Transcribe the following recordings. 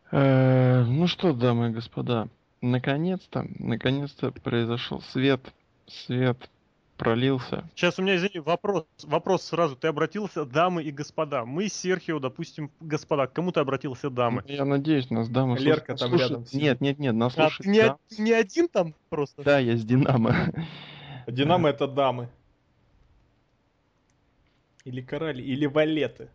Ну что, дамы и господа, наконец-то произошел свет. Свет пролился. Сейчас у меня, извини, вопрос сразу. Ты обратился, дамы и господа. Мы с Серхио, допустим, господа. К кому ты обратился, Ну, дамы? я надеюсь, нас дамы Лерка нас там слушают. рядом Нет, сидит. нет, нет, нас А слушает ты дам. не один там просто? Да, я с Динамо. Динамо это дамы. Или короли, или валеты.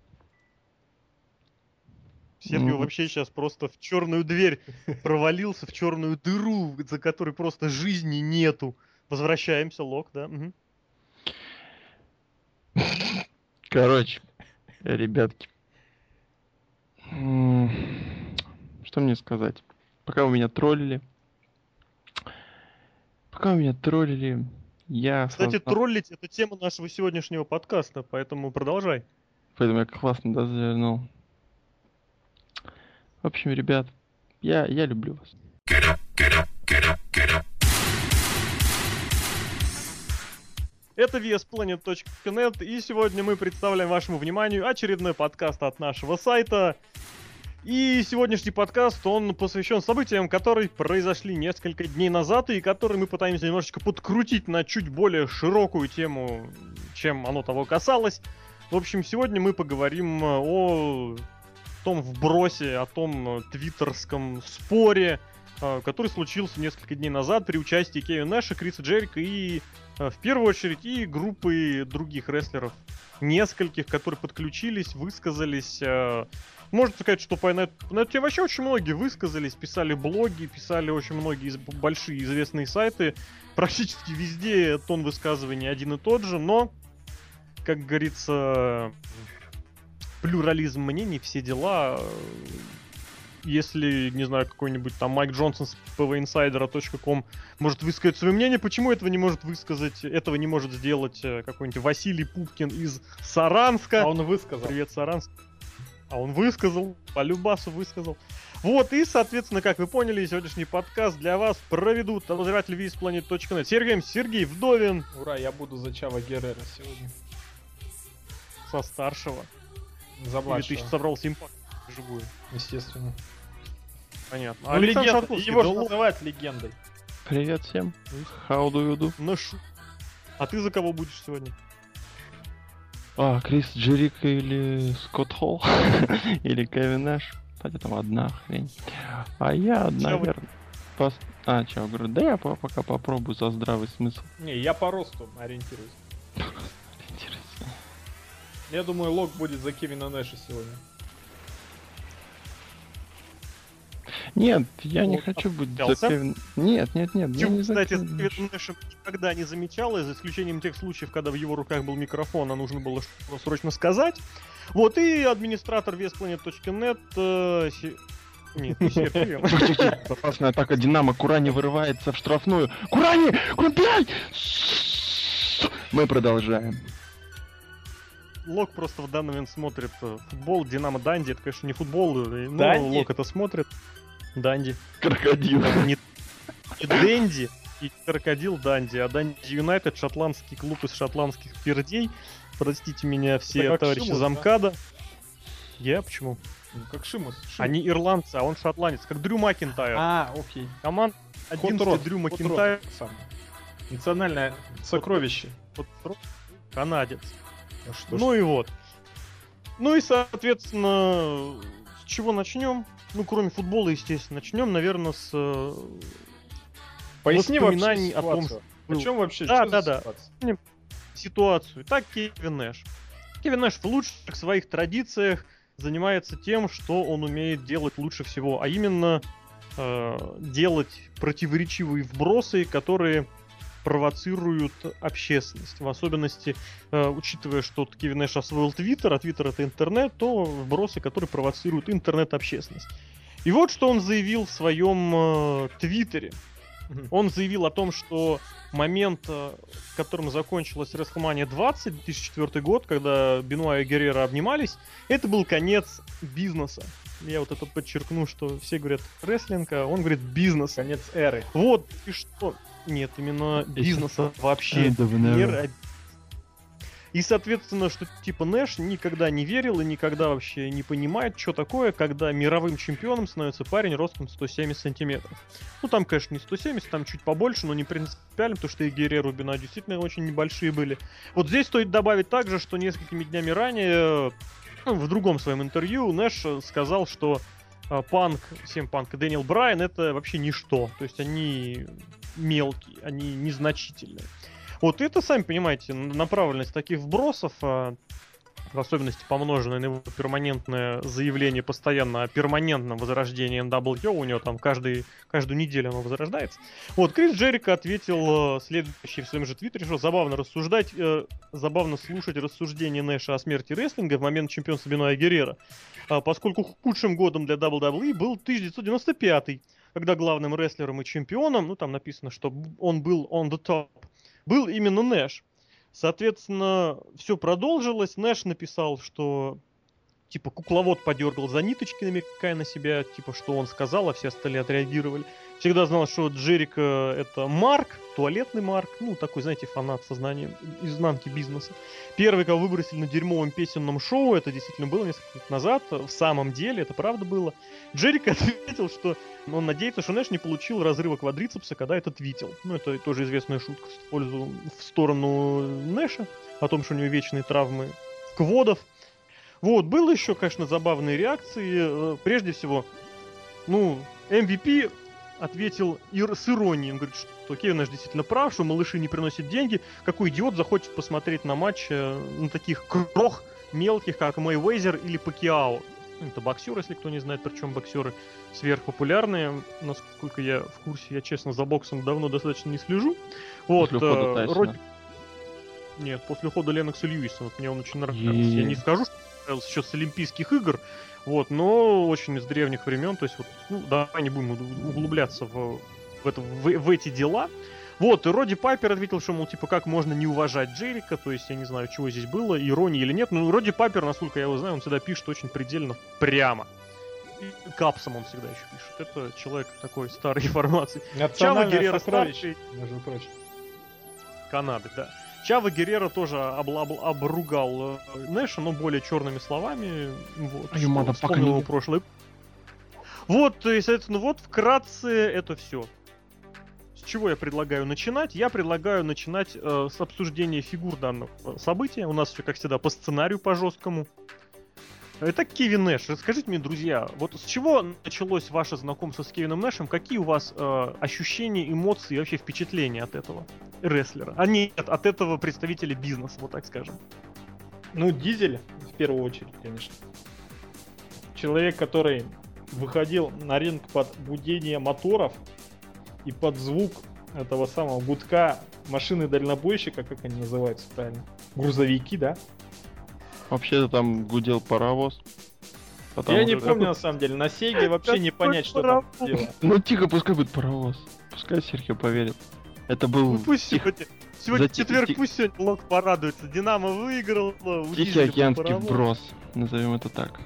Серхио вообще сейчас просто в черную дверь провалился, в черную дыру, за которой просто жизни нету. Возвращаемся, Лок, да? Мгм. Короче, ребятки. Что мне сказать? Пока вы меня троллили, я Кстати, осознал. троллить — это тема нашего сегодняшнего подкаста, поэтому продолжай. Поэтому я классно завернул. В общем, ребят, я люблю вас. Это VSPlanet.net, и сегодня мы представляем вашему вниманию очередной подкаст от нашего сайта. И сегодняшний подкаст, он посвящен событиям, которые произошли несколько дней назад, и которые мы пытаемся немножечко подкрутить на чуть более широкую тему, чем оно того касалось. В общем, сегодня мы поговорим о том вбросе, о том твиттерском споре, который случился несколько дней назад при участии Кевина Нэша, Криса Джерика и, в первую очередь, и группы других рестлеров. Нескольких, которые подключились, высказались. Можно сказать, что на эту тему вообще очень многие высказались, писали блоги, писали очень многие большие известные сайты. Практически везде тон высказывания один и тот же, но, как говорится, плюрализм мнений, все дела. Если, не знаю, какой-нибудь там Майк Джонсон с pvinsider.com может высказать свое мнение, почему этого не может сделать какой-нибудь Василий Пупкин из Саранска? А он высказал. Привет, Саранск. А он высказал, по любасу высказал. Вот, и, соответственно, как вы поняли, сегодняшний подкаст для вас проведут обозреватель VSPlanet.net Сергей Вдовин. Ура, я буду за Чава Геррера сегодня. Со старшего. За Или младшего. ты еще собрался импакт живую. Естественно. Понятно. Ну, Александр легенда. Шатковский, Его да же ладно. называют легендой. Привет всем. How do you do? Ношу. А ты за кого будешь сегодня? Крис Джерика или Скотт Холл? Или Кевин Нэш? Хотя там одна хрень. А я, наверное... Чё, говорю, да я пока попробую за здравый смысл. Не, я по росту ориентируюсь. Интересно. Я думаю, Лок будет за Кевина Нэша сегодня. Нет, я не Вот, хочу быть за отказался? Кевин... Нет, я не за Кстати, с Кевин Нэш. Кевином Нэшем никогда не замечала, за исключением тех случаев, когда в его руках был микрофон, а нужно было что-то срочно сказать. Вот, и администратор VSPlanet.net... Нет, не Серхио. Опасная атака Динамо. Курани вырывается в штрафную. Курани! Блядь! Мы продолжаем. Лок просто в данный момент смотрит футбол, Динамо Данди. Это, конечно, не футбол, но Данди? Лок это смотрит. Данди. Крокодил. Не Дэнди и крокодил Данди, а Данди Юнайтед — шотландский клуб из шотландских пердей. Простите меня все Это как товарищи Шимус, замкада. Я почему? Ну, как Шимус. Они ирландцы, а он шотландец, как Дрю Макинтайр. Окей. Команд 11 Дрю Макинтайр, Национальное сокровище. канадец. Ну, что ж. Ну и вот. Ну и, соответственно, с чего начнем? Ну, кроме футбола, естественно. Начнем, наверное, с Поясни вообще воспоминаний о том, ситуацию. что О чем вообще? Да, Что за да. ситуация? ситуацию. Так, Кевин Нэш. Кевин Нэш в лучших своих традициях занимается тем, что он умеет делать лучше всего, а именно делать противоречивые вбросы, которые провоцируют общественность. В особенности, учитывая, что Кевин Нэш освоил Твиттер, а Твиттер — это интернет, то вбросы, которые провоцируют интернет-общественность. И вот что он заявил в своем Твиттере. Он заявил о том, что момент, которым закончилась WrestleMania 20, 2004 год, когда Бенуа и Геррера обнимались, это был конец бизнеса. Я вот это подчеркну, что все говорят рестлинг, а он говорит бизнес. Конец эры. Вот, и что? Нет, именно бизнеса вообще. End of an era. И, соответственно, что типа Нэш никогда не верил и никогда вообще не понимает, что такое, когда мировым чемпионом становится парень ростом 170 сантиметров. Ну, там, конечно, не 170, там чуть побольше, но не принципиально, потому что и Герреро, и Бенат действительно очень небольшие были. Вот здесь стоит добавить также, что несколькими днями ранее, в другом своем интервью, Нэш сказал, что Панк, CM Панк и Дэниел Брайан это вообще ничто. То есть они мелкие, они незначительные. Вот это, сами понимаете, направленность таких вбросов, в особенности помноженное на его перманентное заявление постоянно о перманентном возрождении NWO, у него там каждую неделю оно возрождается. Вот, Крис Джерико ответил следующее в своем же твиттере, что забавно слушать рассуждения Нэша о смерти рестлинга в момент чемпионства Беноя Геррера, поскольку худшим годом для WWE был 1995, когда главным рестлером и чемпионом, ну там написано, что он был on the top, был именно Нэш. Соответственно, все продолжилось. Нэш написал, что типа кукловод подергал за ниточки, намекая на себя, типа что он сказал, а все остальные отреагировали. Всегда знал, что Джерико это Марк, туалетный Марк, ну такой, знаете, фанат сознания изнанки бизнеса. Первый, кого выбросили на дерьмовом песенном шоу, это действительно было несколько лет назад, в самом деле, это правда было. Джерико ответил, что он надеется, что Нэш не получил разрыва квадрицепса, когда это твитил. Ну, это тоже известная шутка в сторону Нэша, о том, что у него вечные травмы кводов. Вот, было еще, конечно, забавные реакции. Прежде всего, ну, MVP ответил с иронией. Он говорит, что Кевин Нэш действительно прав, что малыши не приносят деньги. Какой идиот захочет посмотреть на матч на таких крох мелких, как Мэйвезер или Пакиао. Это боксеры, если кто не знает, причем боксеры сверхпопулярные. Насколько я в курсе, я, честно, за боксом давно достаточно не слежу. Вот, Нет, после ухода Леннокса Льюиса. Вот мне он очень нравится. Я не скажу, что нравился еще с Олимпийских игр, вот, но очень из древних времен. То есть, вот, ну, давай не будем углубляться в эти дела. Вот, и Роди Пайпер ответил, что, мол, типа, как можно не уважать Джерико, то есть, я не знаю, чего здесь было, иронии или нет, но Роди Пайпер, насколько я его знаю, он всегда пишет очень предельно прямо. И капсом он всегда еще пишет. Это человек такой старой формации. Чава Геррера старший, между прочим. Канады, да. Чава Геррера тоже обругал Нэша, но более черными словами. Вот, вспомнил его прошлое. Вот, и, соответственно, вот вкратце это все. С чего я предлагаю начинать? Я предлагаю начинать с обсуждения фигур данного события. У нас все, как всегда, по сценарию, по жесткому. Это Кевин Нэш. Расскажите мне, друзья, вот с чего началось ваше знакомство с Кевином Нэшем? Какие у вас ощущения, эмоции и вообще впечатления от этого рестлера? А нет, от этого представителя бизнеса, вот так скажем. Ну, Дизель, в первую очередь, конечно. Человек, который выходил на ринг под гудение моторов и под звук этого самого гудка машины дальнобойщика, как они называются правильно? Грузовики, да? Вообще-то там гудел паровоз. Я не помню, на самом деле. На Сеге вообще не понять, что там дело. Ну тихо, пускай будет паровоз. Пускай Серхио поверит. Это был... Ну пусть сегодня четверг, пусть сегодня Лок порадуется. Динамо выиграл. Тихий океанский вброс. Назовем это так.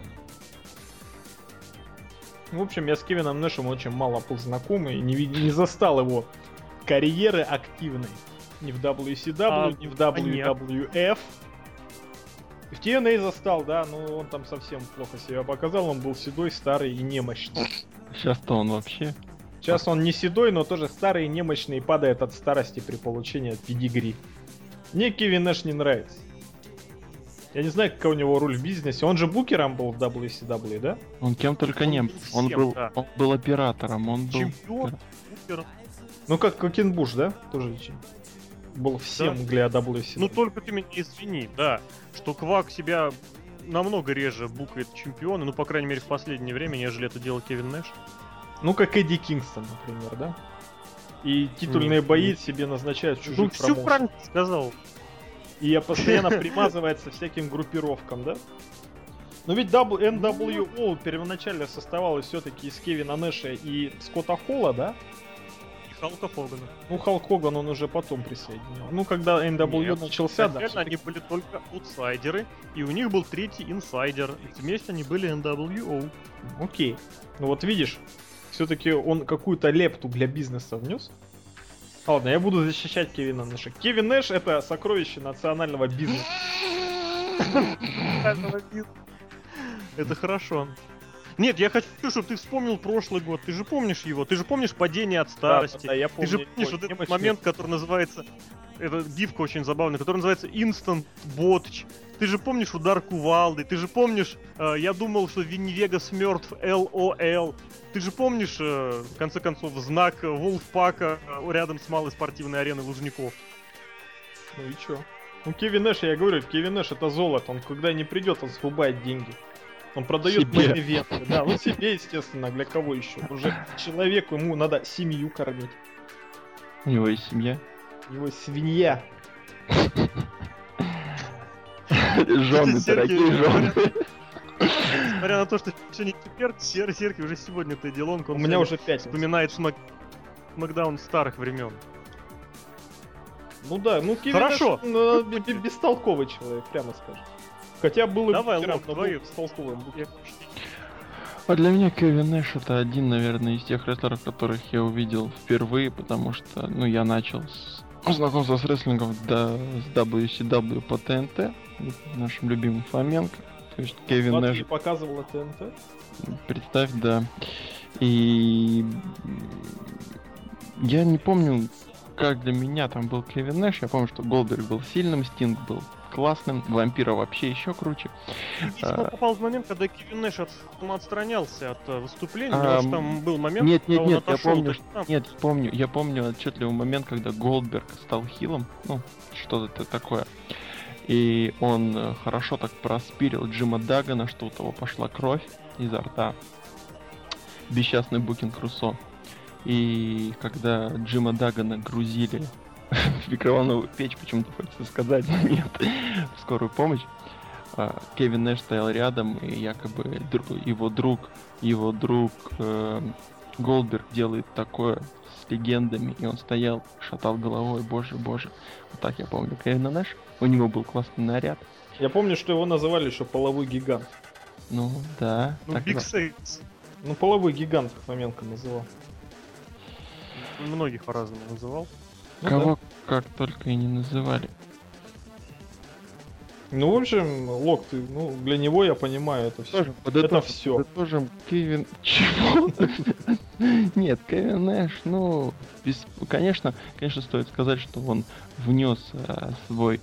В общем, я с Кевином Нэшем очень мало был знаком и не застал его карьеры активной. Ни в WCW, ни в WWF. В TNA застал, да, но он там совсем плохо себя показал, он был седой, старый и немощный. Сейчас-то он вообще... Сейчас он не седой, но тоже старый и немощный и падает от старости при получении педигри. Мне Кевин Нэш не нравится. Я не знаю, какая у него роль в бизнесе. Он же букером был в WCW, да? Он кем только не был. Он был оператором, он был... Чемпион, букер. Ну как Кокенбуш, да? Тоже был всем да? Для WCW. Ну только ты меня извини, да, что Квак себя намного реже букает чемпиона, ну по крайней мере в последнее время, нежели это делал Кевин Нэш. Ну как Эдди Кингстон, например, да? И титульные бои себе назначают в чужих промоушенах. Все правильно сказал. И постоянно примазывается всяким группировкам, да? Но ведь NWO первоначально составалось все-таки из Кевина Нэша и Скотта Холла, да? Халка Хогана. Ну, Халк Хоган он уже потом присоединил. Ну, когда NWO начался, да. Они были только аутсайдеры, и у них был третий инсайдер. И вместе они были NWO. Окей. Ну вот видишь, все-таки он какую-то лепту для бизнеса внес. Ладно, я буду защищать Кевина Нэша. Кевин Нэш — это сокровище национального бизнеса. Это хорошо. Нет, я хочу, чтобы ты вспомнил прошлый год. Ты же помнишь его? Ты же помнишь падение от старости? Да, я Ты помню. же помнишь вот этот момент, который называется... Это гифка очень забавная, который называется Instant Botch. Ты же помнишь удар кувалды? Ты же помнишь, я думал, что Винни Вегас мертв, LOL. Ты же помнишь, в конце концов, знак Wolfpack рядом с малой спортивной ареной Лужников? Ну и чё? Ну Кевин Нэш, я говорю, Кевин Нэш это золото. Он когда не придет, он срубает деньги. Он продает мейн-ивенты. Да, ну себе, естественно, для кого еще? Уже человеку, ему надо семью кормить. У него есть семья. У него свинья. Жены, дорогие жены. Несмотря на то, что сегодня четверг, Серхи уже сегодня ты делонка. У меня уже 5. Вспоминает Смакдаун старых времен. Ну да, ну Кевин Хорошо. Нэш, бестолковый человек, прямо скажем. Хотя был Давай, и Лок, но твою. был бестолковым. А для меня Кевин Нэш это один, наверное, из тех рестлеров, которых я увидел впервые, потому что, ну, я начал знакомство с рестлингом с WCW по ТНТ, нашим любимым Фоменко. То есть Кевин Смотри, Нэш, показывала ТНТ. представь, да. И я не помню, как для меня там был Кевин Нэш. Я помню, что Голдберг был сильным, Стинг был классным, Вампира вообще еще круче. Видимо, попал в момент, когда Кевин Нэш отстранялся от выступления, у него же там был момент, когда он отошел. Я помню отчетливый момент, когда Голдберг стал хилом, ну, что-то такое. И он хорошо так проспирил Джима Дагана, что у того пошла кровь изо рта. Бесчастный Букинг Руссо. И когда Джима Дагана грузили в микроволновую печь, почему-то хочется сказать, но нет, в скорую помощь, Кевин Нэш стоял рядом, и якобы его друг Голдберг делает такое с легендами, и он стоял, шатал головой, боже. Вот так я помню Кевина Нэша. У него был классный наряд. Я помню, что его называли еще половой гигант. Ну, да. Ну, Биг Сейкс. Ну, половой гигант Фоменко называл. Многих по-разному называл. Ну, Кого да. как только и не называли. Ну, в общем, Лок, ты, ну, для него я понимаю это все. Это все. Подытожим, Кевин... Чего? Нет, Кевин Нэш, ну... Конечно, стоит сказать, что он внес свой...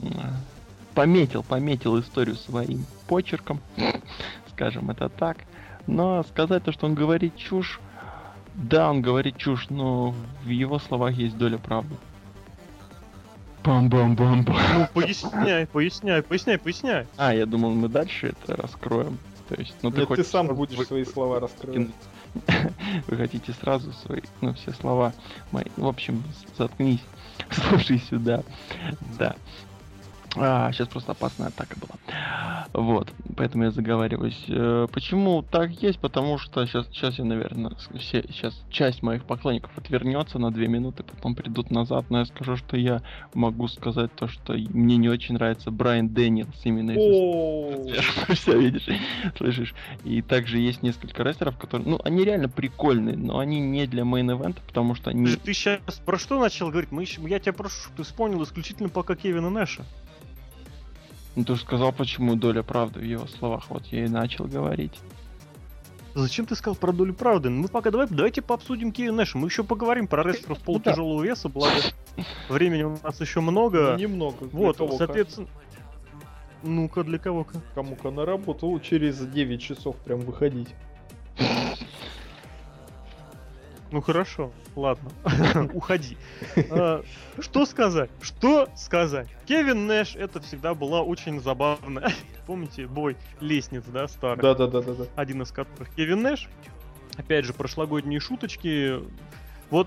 Пометил историю своим почерком. Скажем это так. Но сказать то, что он говорит чушь... Да, он говорит чушь, но в его словах есть доля правды. Бам-бам-бам-бам. Ну, поясняй. А, я думал, мы дальше это раскроем. То есть, ну Нет, ты сам сразу будешь свои слова раскрывать. Вы хотите сразу свои, ну, все слова мои. В общем, заткнись, слушай сюда. Да. Сейчас просто опасная атака была. Вот, поэтому я заговариваюсь. Почему так есть? Потому что сейчас я, наверное, сейчас часть моих поклонников отвернется на 2 минуты, потом придут назад, но я скажу, что я могу сказать то, что мне не очень нравится Брайан Дэниелс именно из-за... Все, видишь, слышишь? И также есть несколько рестлеров, которые, ну, они реально прикольные, но они не для мейн-эвента, потому что они... Ты сейчас про что начал говорить? Я тебя прошу, чтобы ты вспомнил исключительно пока Кевина Нэша. Ну, ты же сказал, почему доля правды в его словах. Вот я и начал говорить. Зачем ты сказал про долю правды? Мы пока давайте пообсудим Кевина Нэша. Мы еще поговорим про рестлеров полутяжелого веса, благо времени у нас еще много. Немного. Вот, соответственно... Ну-ка, для кого-ка? Кому-ка на работу через 9 часов прям выходить. Ну хорошо, ладно, уходи. Что сказать? Кевин Нэш, это всегда была очень забавная. Помните бой лестниц, да, старый? Да. Один из которых Кевин Нэш. Опять же, прошлогодние шуточки. Вот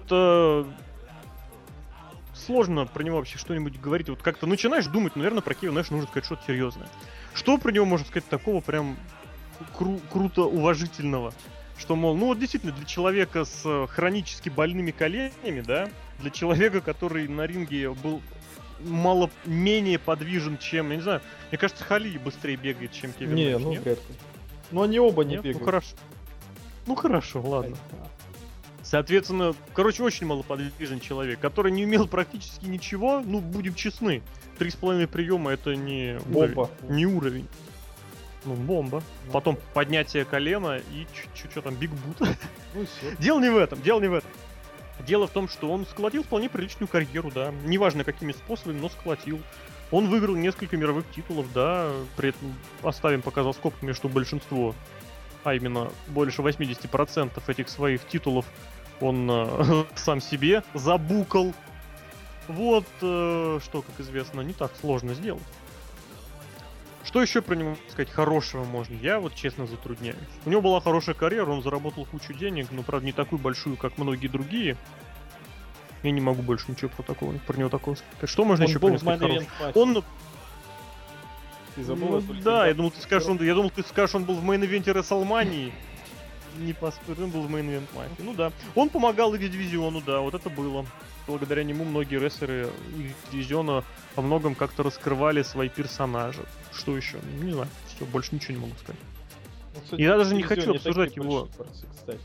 сложно про него вообще что-нибудь говорить. Вот как-то начинаешь думать, наверное, про Кевина Нэша нужно сказать что-то серьезное. Что про него можно сказать такого прям круто уважительного? Что, мол, ну вот действительно, для человека с хронически больными коленями, да, для человека, который на ринге был менее подвижен, чем, я не знаю, мне кажется, Хали быстрее бегает, чем Кевин Нэш. Ну вряд ли. Но они оба не нет? бегают. Ну хорошо, ладно. Соответственно, короче, очень малоподвижный человек, который не умел практически ничего, ну, будем честны. 3,5 приема это не Бомба. Уровень, не уровень. Ну, бомба. Потом поднятие колена и что там, бигбут. Ну и все. Дело не в этом. Дело в том, что он сколотил вполне приличную карьеру, да. Неважно какими способами, но сколотил. Он выиграл несколько мировых титулов, да. При этом оставим пока за скобками, что большинство, а именно больше 80% этих своих титулов он сам себе забукал. Вот, что, как известно, не так сложно сделать. Что еще про него сказать хорошего можно? Я вот честно затрудняюсь. У него была хорошая карьера, он заработал кучу денег, но, правда, не такую большую, как многие другие. Я не могу больше ничего про него такого сказать. Что можно еще про него сказать хорошего? Он... Ты забыл, да, я думал, ты скажешь, он был в мейн-ивенте WrestleMania. Не поспорил, он был в мейн-ивент матче. Ну да. Он помогал их дивизиону, да, вот это было. Благодаря нему многие рестлеры их дивизиона во многом как-то раскрывали свои персонажи. Что еще? Не знаю. Все, больше ничего не могу сказать. Ну, кстати, я даже не хочу обсуждать его. Кстати.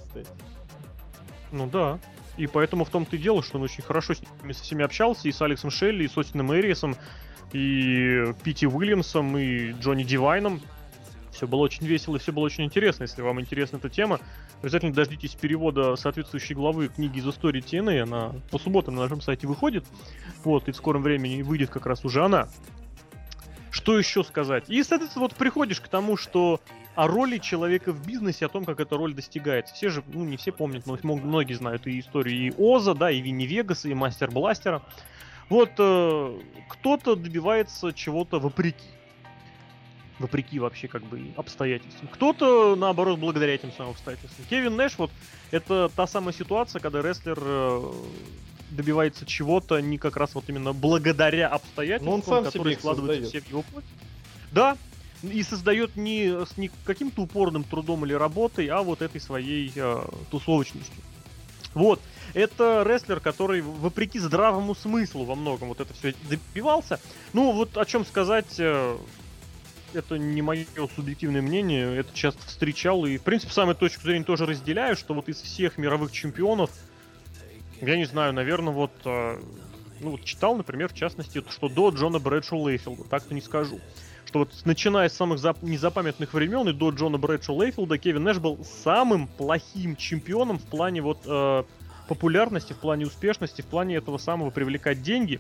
Ну да. И поэтому в том-то и дело, что он очень хорошо с ними со всеми общался, и с Алексом Шелли, и с Остином Эриасом, и Пити Уильямсом, и Джонни Дивайном. Все было очень весело и все было очень интересно. Если вам интересна эта тема, обязательно дождитесь перевода соответствующей главы книги из истории TNA. Она по субботам на нашем сайте выходит. Вот, и в скором времени выйдет как раз уже она. Что еще сказать? И, соответственно, вот приходишь к тому, что о роли человека в бизнесе, о том, как эта роль достигается. Все же, ну, не все помнят, но многие знают и историю и Оза, да, и Винни Вегаса, и Мастер Бластера. Вот, кто-то добивается чего-то вопреки вообще как бы обстоятельствам. Кто-то, наоборот, благодаря этим самым обстоятельствам. Кевин Нэш, вот, это та самая ситуация, когда рестлер добивается чего-то не как раз вот именно благодаря обстоятельствам, которые складываются все в его плоть. Да, и создает не каким-то упорным трудом или работой, а вот этой своей тусовочностью. Вот. Это рестлер, который, вопреки здравому смыслу во многом вот это все добивался. Ну, вот о чем сказать... Это не мое субъективное мнение, это часто встречал, и, в принципе, самую точку зрения тоже разделяю, что вот из всех мировых чемпионов, я не знаю, наверное, вот, ну, вот читал, например, в частности, что до Джона Брэдшоу Лейфилда, так-то не скажу, что вот начиная с самых незапамятных времен и до Джона Брэдшоу Лейфилда Кевин Нэш был самым плохим чемпионом в плане вот популярности, в плане успешности, в плане этого самого привлекать деньги.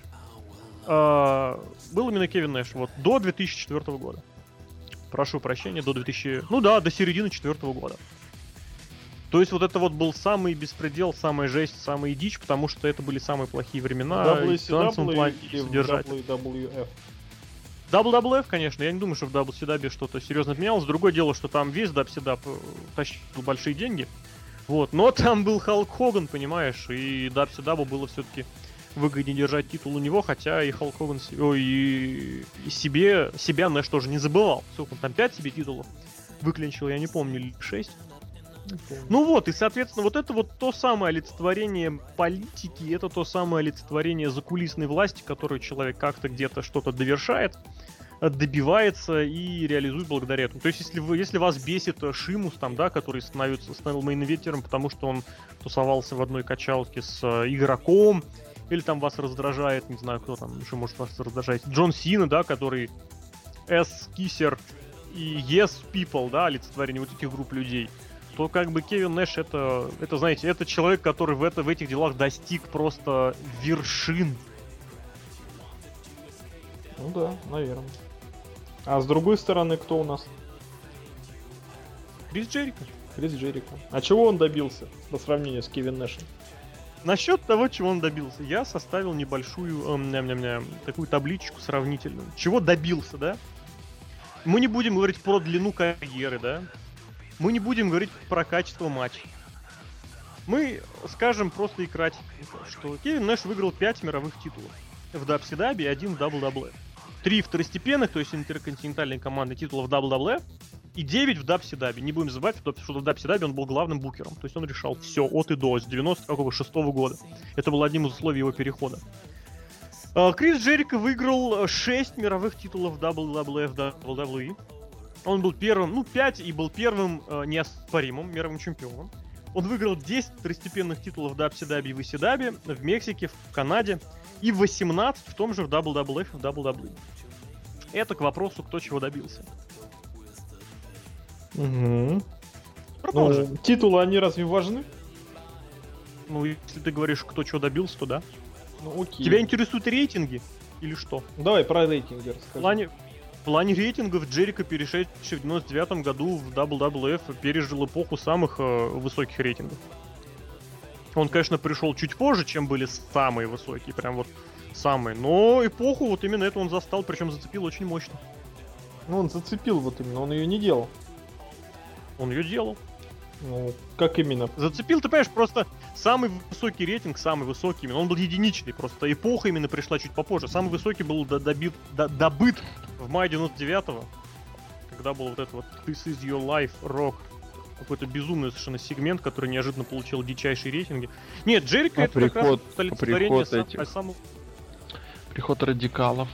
Был именно Кевин Нэш, вот, до 2004 года. Прошу прощения, до середины 2004 года. То есть вот это вот был самый беспредел, самая жесть, самая дичь, потому что это были самые плохие времена. WCW или в WWF? WWF, конечно, я не думаю, что в WCW что-то серьезно менялось. Другое дело, что там весь WCW тащил большие деньги. Вот, но там был Халк Хоган, понимаешь, и WCW было все-таки выгоднее держать титул у него, хотя и Халк Хоган, и себя Нэш тоже не забывал. Сколько он там, 5 себе титулов выклинчил, я не помню, или 6. Ну вот, и, соответственно, вот это вот то самое олицетворение политики, это то самое олицетворение закулисной власти, которую человек как-то где-то что-то довершает, добивается и реализует благодаря этому. То есть, если вас бесит Шимус, там, да, который становился мейн-ивентером, потому что он тусовался в одной качалке с игроком, или там вас раздражает, не знаю, кто там еще может вас раздражать, Джон Сина, да, который S-Kisser и Yes People, да, олицетворение вот этих групп людей, то как бы Кевин Нэш это знаете, это человек, который в этих делах достиг просто вершин. Ну да, наверное. А с другой стороны, кто у нас? Крис Джерико. А чего он добился по сравнению с Кевин Нэшем? Насчет того, чего он добился, я составил небольшую такую табличку сравнительную. Чего добился, да? Мы не будем говорить про длину карьеры, да? Мы не будем говорить про качество матча. Мы скажем просто и кратенько, что Кевин Нэш выиграл 5 мировых титулов в WCW и 1 в WWF. 3 второстепенных, то есть интерконтинентальной командной титула в WWF, и 9 в WCW. Не будем забывать, что в WCW он был главным букером. То есть он решал все от и до, с 96 года. Это было одним из условий его перехода. Крис Джерико выиграл 6 мировых титулов WWF, WWE. Он был первым, 5, и был первым неоспоримым мировым чемпионом. Он выиграл 10 второстепенных титулов в WCW и WCW, в Мексике, в Канаде и 18 в том же в WWF и в WWE. Это к вопросу, кто чего добился. Угу. Продолжим. Ну, титулы, они разве важны? Ну, если ты говоришь, кто чего добился, то да. Ну, окей. Тебя интересуют рейтинги или что? Давай про рейтинги расскажи. В плане рейтингов Джерико, перешедший в 99 году в WWF, пережил эпоху самых высоких рейтингов. Он, конечно, пришел чуть позже, чем были самые высокие, прям вот самые. Но эпоху вот именно эту он застал, причем зацепил очень мощно. Ну, он зацепил вот именно, он ее не делал. Он ее делал. Ну, как именно? Зацепил, ты понимаешь, просто самый высокий рейтинг, самый высокий именно, он был единичный, просто эпоха именно пришла чуть попозже. Самый высокий был добыт в мае 99-го, когда был вот этот вот This is your life, rock. Какой-то безумный совершенно сегмент, который неожиданно получил дичайшие рейтинги. Нет, Джерико это как раз олицетворение самого... Приход радикалов.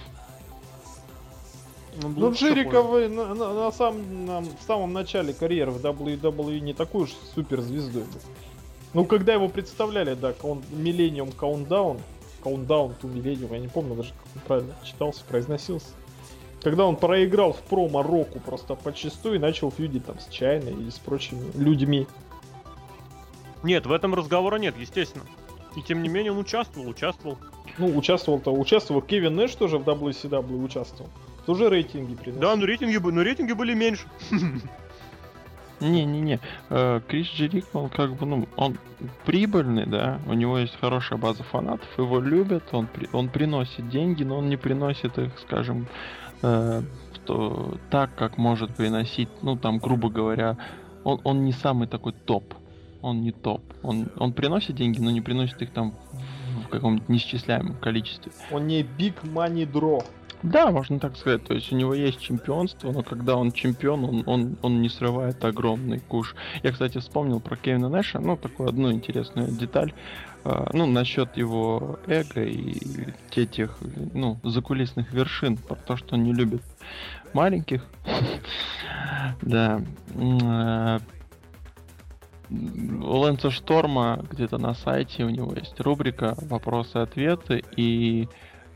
Ну, Джерико в самом начале карьеры в WWE не такой уж суперзвездой был. Ну, когда его представляли, да, Millennium Countdown to Millennium, я не помню даже, как он правильно читался, произносился. Когда он проиграл в промо Року просто подчистую и начал фьюдить там с Чайной и с прочими людьми. Нет, в этом разговора нет, естественно. И тем не менее он участвовал. Ну, участвовал Кевин Нэш тоже в WCW участвовал. Тоже рейтинги приносил. Да, но рейтинги были меньше. Не-не-не, Крис Джерико, он как бы, ну, он прибыльный, да, у него есть хорошая база фанатов, его любят, он приносит деньги, но он не приносит их, скажем, так, как может приносить, ну, там, грубо говоря, он не самый такой топ, он не топ, он приносит деньги, но не приносит их там в каком-то неисчисляемом количестве. Он не big money draw. Да, можно так сказать. То есть у него есть чемпионство, но когда он чемпион, он не срывает огромный куш. Я, кстати, вспомнил про Кевина Нэша, ну, такую одну интересную деталь. Ну, насчет его эго и тех, ну, закулисных вершин, про то, что он не любит маленьких. Да. У Лэнса Шторма где-то на сайте у него есть рубрика «Вопросы-ответы», и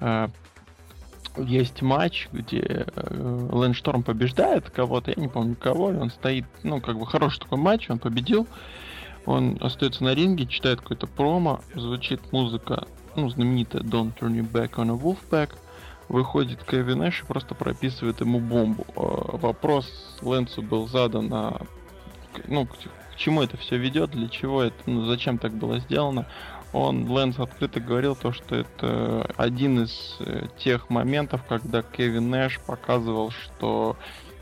есть матч, где Лэнс Шторм побеждает кого-то, я не помню кого, он стоит, ну, как бы хороший такой матч, он победил, он остается на ринге, читает какое-то промо, звучит музыка, ну, знаменитая Don't Turn Your Back on a Wolfpack, выходит Кевин Нэш и просто прописывает ему бомбу. Вопрос Лэнсу был задан, ну, к чему это все ведет, для чего это, ну, зачем так было сделано. Лэнс открыто говорил то, что это один из тех моментов, когда Кевин Нэш показывал, что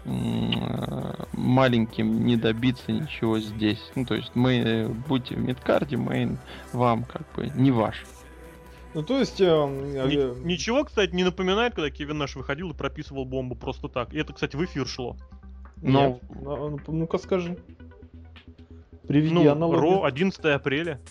маленьким не добиться ничего здесь. Ну, то есть мы будьте в мидкарде, мейн вам как бы не ваш. Ну, то есть... Ничего, кстати, не напоминает, когда Кевин Нэш выходил и прописывал бомбу просто так. И это, кстати, в эфир шло. Но... Ну-ка скажи. Приведи аналогию. Ро, 11 апреля.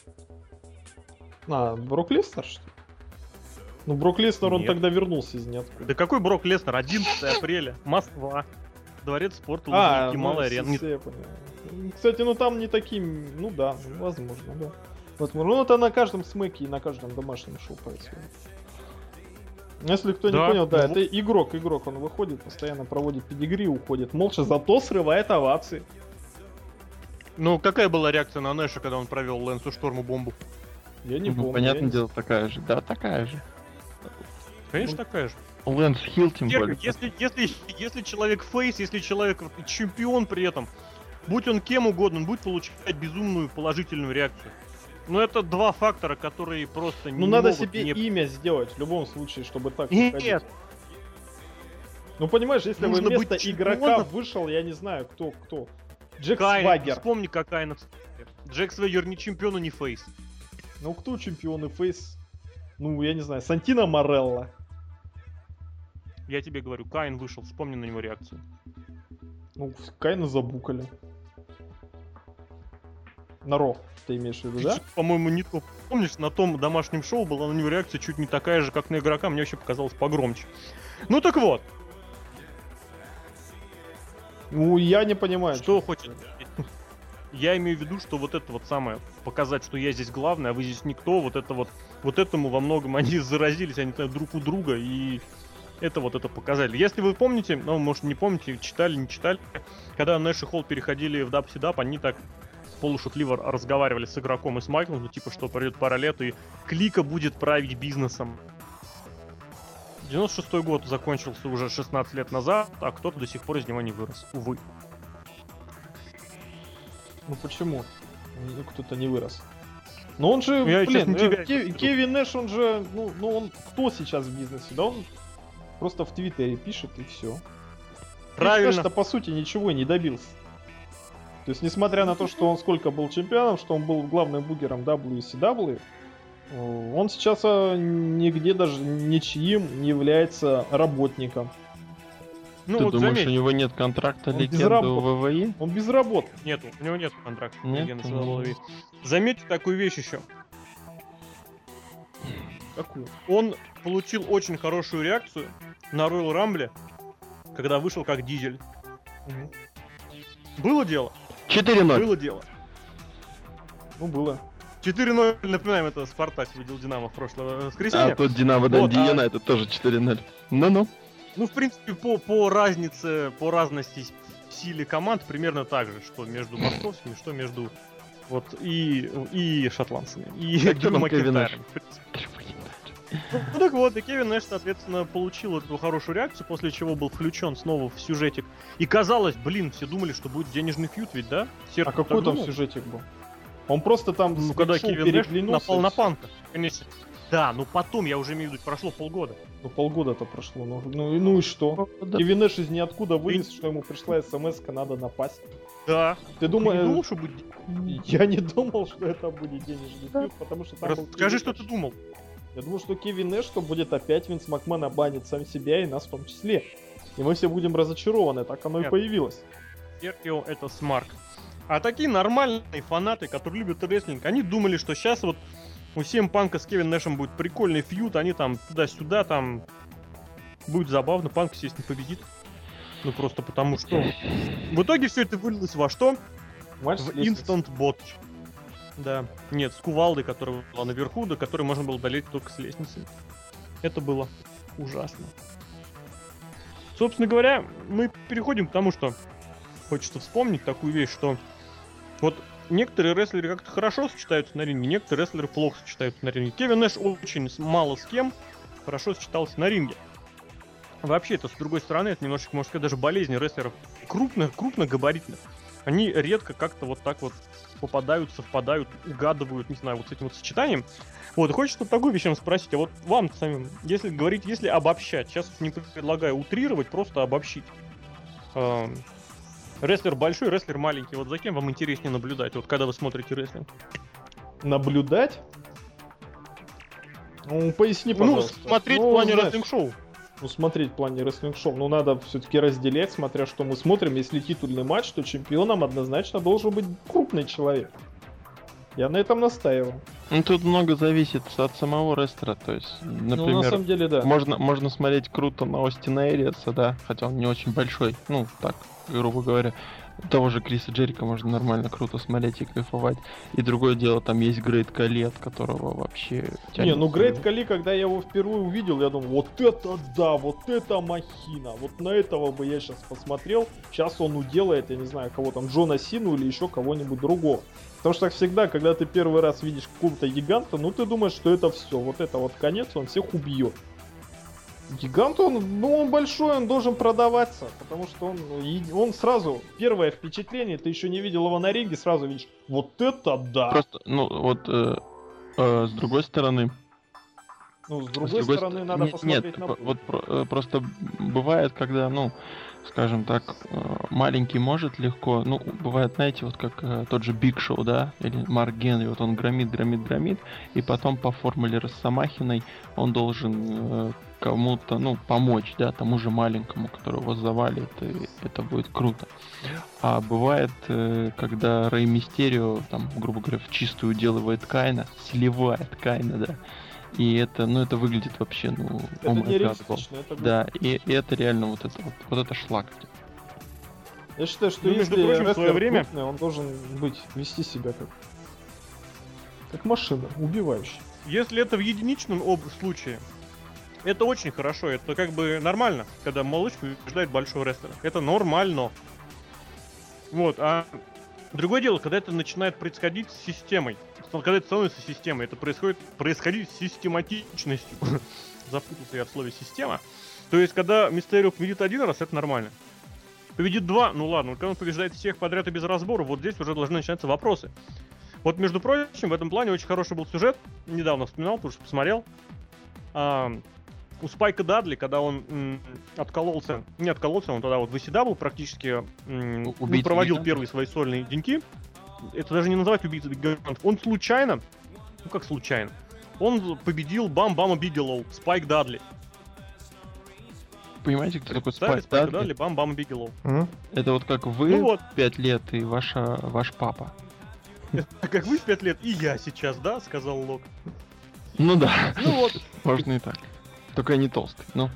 Брок Леснер, что ли? Ну, Брок Леснер, он тогда вернулся из ниоткуда. Да какой Брок Леснер? 11 апреля. Москва. Дворец спорта, Лужники, Малая Арена. Кстати, ну там не таким... Ну да, возможно, да. Возможно. Ну, это на каждом смеке и на каждом домашнем шоу происходит. Если кто не понял, да, это игрок, он выходит, постоянно проводит педигри, уходит молча, зато срывает овации. Ну, какая была реакция на Нэша, когда он провел Лэнсу Шторму бомбу? Я не помню. Понятное дело, такая же. Да, такая же. Конечно, такая же. Лэнс хил, тем более. Если человек фейс, если человек чемпион при этом, будь он кем угодно, он будет получать безумную положительную реакцию. Но это два фактора, которые просто не могут... Ну, надо себе имя сделать, в любом случае, чтобы так выходить. Нет! Ну, понимаешь, если бы вместо игрока вышел, я не знаю, кто. Джек Свагер. Вспомни, какая на... Джек Свагер не чемпион и не фейс. Ну, кто чемпион и фейс? Ну, я не знаю, Сантино Морелло. Я тебе говорю, Каин вышел, вспомни на него реакцию. Ну, Каина забукали. На Ро, ты имеешь в виду, да? По-моему, не то. Помнишь, на том домашнем шоу была на него реакция чуть не такая же, как на игрока, мне вообще показалось погромче. Ну так вот. Ну, я не понимаю. Что хочет? Я имею в виду, что вот это вот самое, показать, что я здесь главный, а вы здесь никто, вот этому во многом они заразились, они друг у друга, и это показали. Если вы помните, ну, может, не помните, читали, не читали, когда Нэш и Холл переходили в даб-сидап, они так полушутливо разговаривали с игроком и с Майклом, ну, типа, что пройдет пара лет, и Клика будет править бизнесом. 96-й год закончился уже 16 лет назад, а кто-то до сих пор из него не вырос, увы. Ну почему? Кто-то не вырос. Но он же, Я, блин, честно, Кевин Нэш, он же, ну он кто сейчас в бизнесе? Да он просто в Твиттере пишет и все. Правильно. Нэш-то по сути ничего не добился. То есть, несмотря на то, что он сколько был чемпионом, что он был главным бугером WCW, он сейчас нигде даже ничьим не является работником. Ну, ты вот думаешь, заметь, у него нет контракта легенды у ВВИ? Он без работы. Нет, у него нет контракта легенды у ВВИ. Заметьте такую вещь еще. Какую? Он получил очень хорошую реакцию на Royal Rumble, когда вышел как Дизель. Было дело? 4-0. Было дело. Ну, было. 4-0, напоминаем, это Спартак видел Динамо в прошлое воскресенье. А тот Динамо Дандиена, это тоже 4-0. Ну-ну. Ну, в принципе, по разнице, по разности в силе команд примерно так же, что между московскими, что между вот и шотландцами, и Дрю Макентайром. Ну так вот, и Кевин Нэш, соответственно, получил эту хорошую реакцию, после чего был включен снова в сюжетик. И казалось, блин, все думали, что будет денежный фьюд, ведь, да? А какой там сюжетик был? Он просто там когда Кевин Нэш напал на Панка. Конечно. Да, ну потом, я уже имею в виду, прошло полгода. Ну полгода-то прошло, ну и что? Кевин Нэш из ниоткуда вылез, что ему пришла смс-ка, надо напасть. Да. Ты не думал, что будет? Я не думал, что это будет денежный фьюд, потому что там Скажи, что ты думал. Я думал, что Кевин Нэш, что будет опять Винс Макмен банит сам себя и нас в том числе. И мы все будем разочарованы, так оно и появилось. Серхио это Смарк. А такие нормальные фанаты, которые любят рестлинг, они думали, что сейчас вот у CM Панка с Кевин Нэшем будет прикольный фьюд, они там туда-сюда, там будет забавно, Панк, естественно, победит. Ну просто потому что... В итоге все это вылилось во что? Матч в Instant Bot. Да. Нет, с кувалдой, которая была наверху, до которой можно было долеть только с лестницы. Это было ужасно. Собственно говоря, мы переходим к тому, что хочется вспомнить такую вещь, что вот некоторые рестлеры как-то хорошо сочетаются на ринге, некоторые рестлеры плохо сочетаются на ринге. Кевин Нэш очень мало с кем хорошо сочетался на ринге. Вообще, это с другой стороны, это немножечко, можно сказать, даже болезнь рестлеров крупногабаритных. Они редко как-то вот так вот попадают, совпадают, угадывают, не знаю, вот с этим вот сочетанием. Вот, хочется такую вещь спросить, а вот вам самим, если обобщать, сейчас не предлагаю утрировать, просто обобщить. Рестлер большой, рестлер маленький, вот за кем вам интереснее наблюдать, вот когда вы смотрите рестлинг? Наблюдать? Ну, поясни, пожалуйста. Ну, смотреть в плане рестлинг-шоу. Ну, смотреть в плане рестлинг-шоу, ну, надо все-таки разделять, смотря что мы смотрим. Если титульный матч, то чемпионом однозначно должен быть крупный человек. Я на этом настаиваю. Ну, тут много зависит от самого рестлера, то есть, например, ну, на самом деле, да. Можно смотреть круто на Остина Эриаса, да, хотя он не очень большой, ну, так, грубо говоря. Того же Криса Джерика можно нормально круто смотреть и кайфовать. И другое дело, там есть Грейт Кали, от которого вообще тянет. Не, ну Грейт Кали, когда я его впервые увидел, я думал, вот это да, вот это махина. Вот на этого бы я сейчас посмотрел. Сейчас он уделает, я не знаю, кого там, Джона Сину или еще кого-нибудь другого. Потому что так всегда, когда ты первый раз видишь какого-то гиганта, ну ты думаешь, что это все, вот это вот конец, он всех убьет. Гигант, он большой, он должен продаваться, потому что он сразу, первое впечатление, ты еще не видел его на ринге, сразу видишь, вот это да! Просто, ну вот, с другой стороны... Ну, с другой стороны, надо посмотреть на... Вот просто бывает, когда, ну, скажем так, маленький может легко, ну, бывает, знаете, вот как тот же Биг Шоу, да, или Марк Генри, вот он громит, и потом по формуле Росомахиной он должен кому-то, ну, помочь, да, тому же маленькому, который его завалит, и это будет круто. А бывает, когда Рэй Мистерио, там, грубо говоря, в чистую уделывает Кайна, сливает Кайна, да, и это, ну, это выглядит вообще, ну, это нереалистично, это да, и это реально вот это шлак. Я считаю, что Ну, между если прочим, в свое рестлер время- крупный, он должен вести себя как машина, убивающая. Если это в единичном случае, это очень хорошо, это как бы нормально, когда малыш побеждает большого рестлера. Это нормально. Вот, а другое дело, когда это начинает происходить с системой. Когда это становится системой, это происходить с систематичностью. Запутался я в слове система. То есть, когда Мистерио победит один раз, это нормально. Победит два, ну ладно, когда он побеждает всех подряд и без разбора, вот здесь уже должны начинаться вопросы. Вот, между прочим, в этом плане очень хороший был сюжет. Недавно вспоминал, потому что посмотрел. У Спайка Дадли, когда он откололся, он тогда вот в ECW практически проводил гигантов. первые свои сольные деньки. Это даже не называть убийцей гигантов. Он случайно, ну как случайно, он победил Бам-Бама Бигелоу, Спайк Дадли. Понимаете, кто такой Спайк Спайк Дадли, Дадли? Бам-Бама Бигелоу. Это вот как вы Ну вот. 5 лет и ваш папа. Как вы в 5 лет, и я сейчас, да, сказал Лок. Ну да, Ну вот, можно и так. Только я не толстый, ну.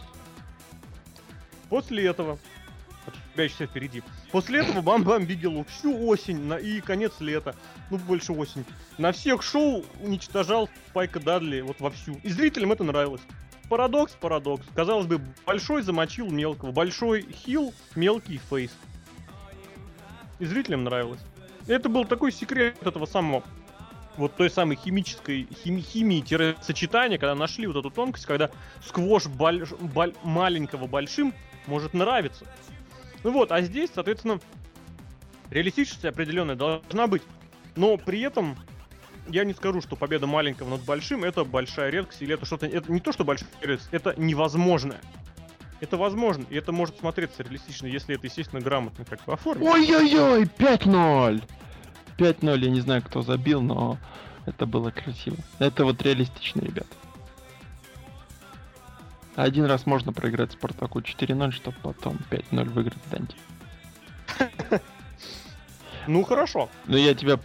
после этого, вот у тебя еще все впереди, после этого Бам-Бам Бигелоу всю осень и конец лета, ну больше осень, на всех шоу уничтожал Спайка Дадли вот вовсю. И зрителям это нравилось. Парадокс. Казалось бы, большой замочил мелкого, большой хил, мелкий фейс. И зрителям нравилось. И это был такой секрет этого самого, вот той самой химии-сочетания, когда нашли вот эту тонкость, когда сквош маленького большим может нравиться. Ну вот, а здесь, соответственно, реалистичность определенная должна быть. Но при этом я не скажу, что победа маленького над большим — это большая редкость, или это что-то... Это не то, что большая редкость, это невозможное. Это возможно, и это может смотреться реалистично, если это, естественно, грамотно как бы оформить. Ой-ой-ой, 5-0! 5-0, я не знаю, кто забил, но это было красиво. Это вот реалистично, ребят. Один раз можно проиграть Спартаку 4-0, чтобы потом 5-0 выиграть Данди. Ну, хорошо. Но я тебя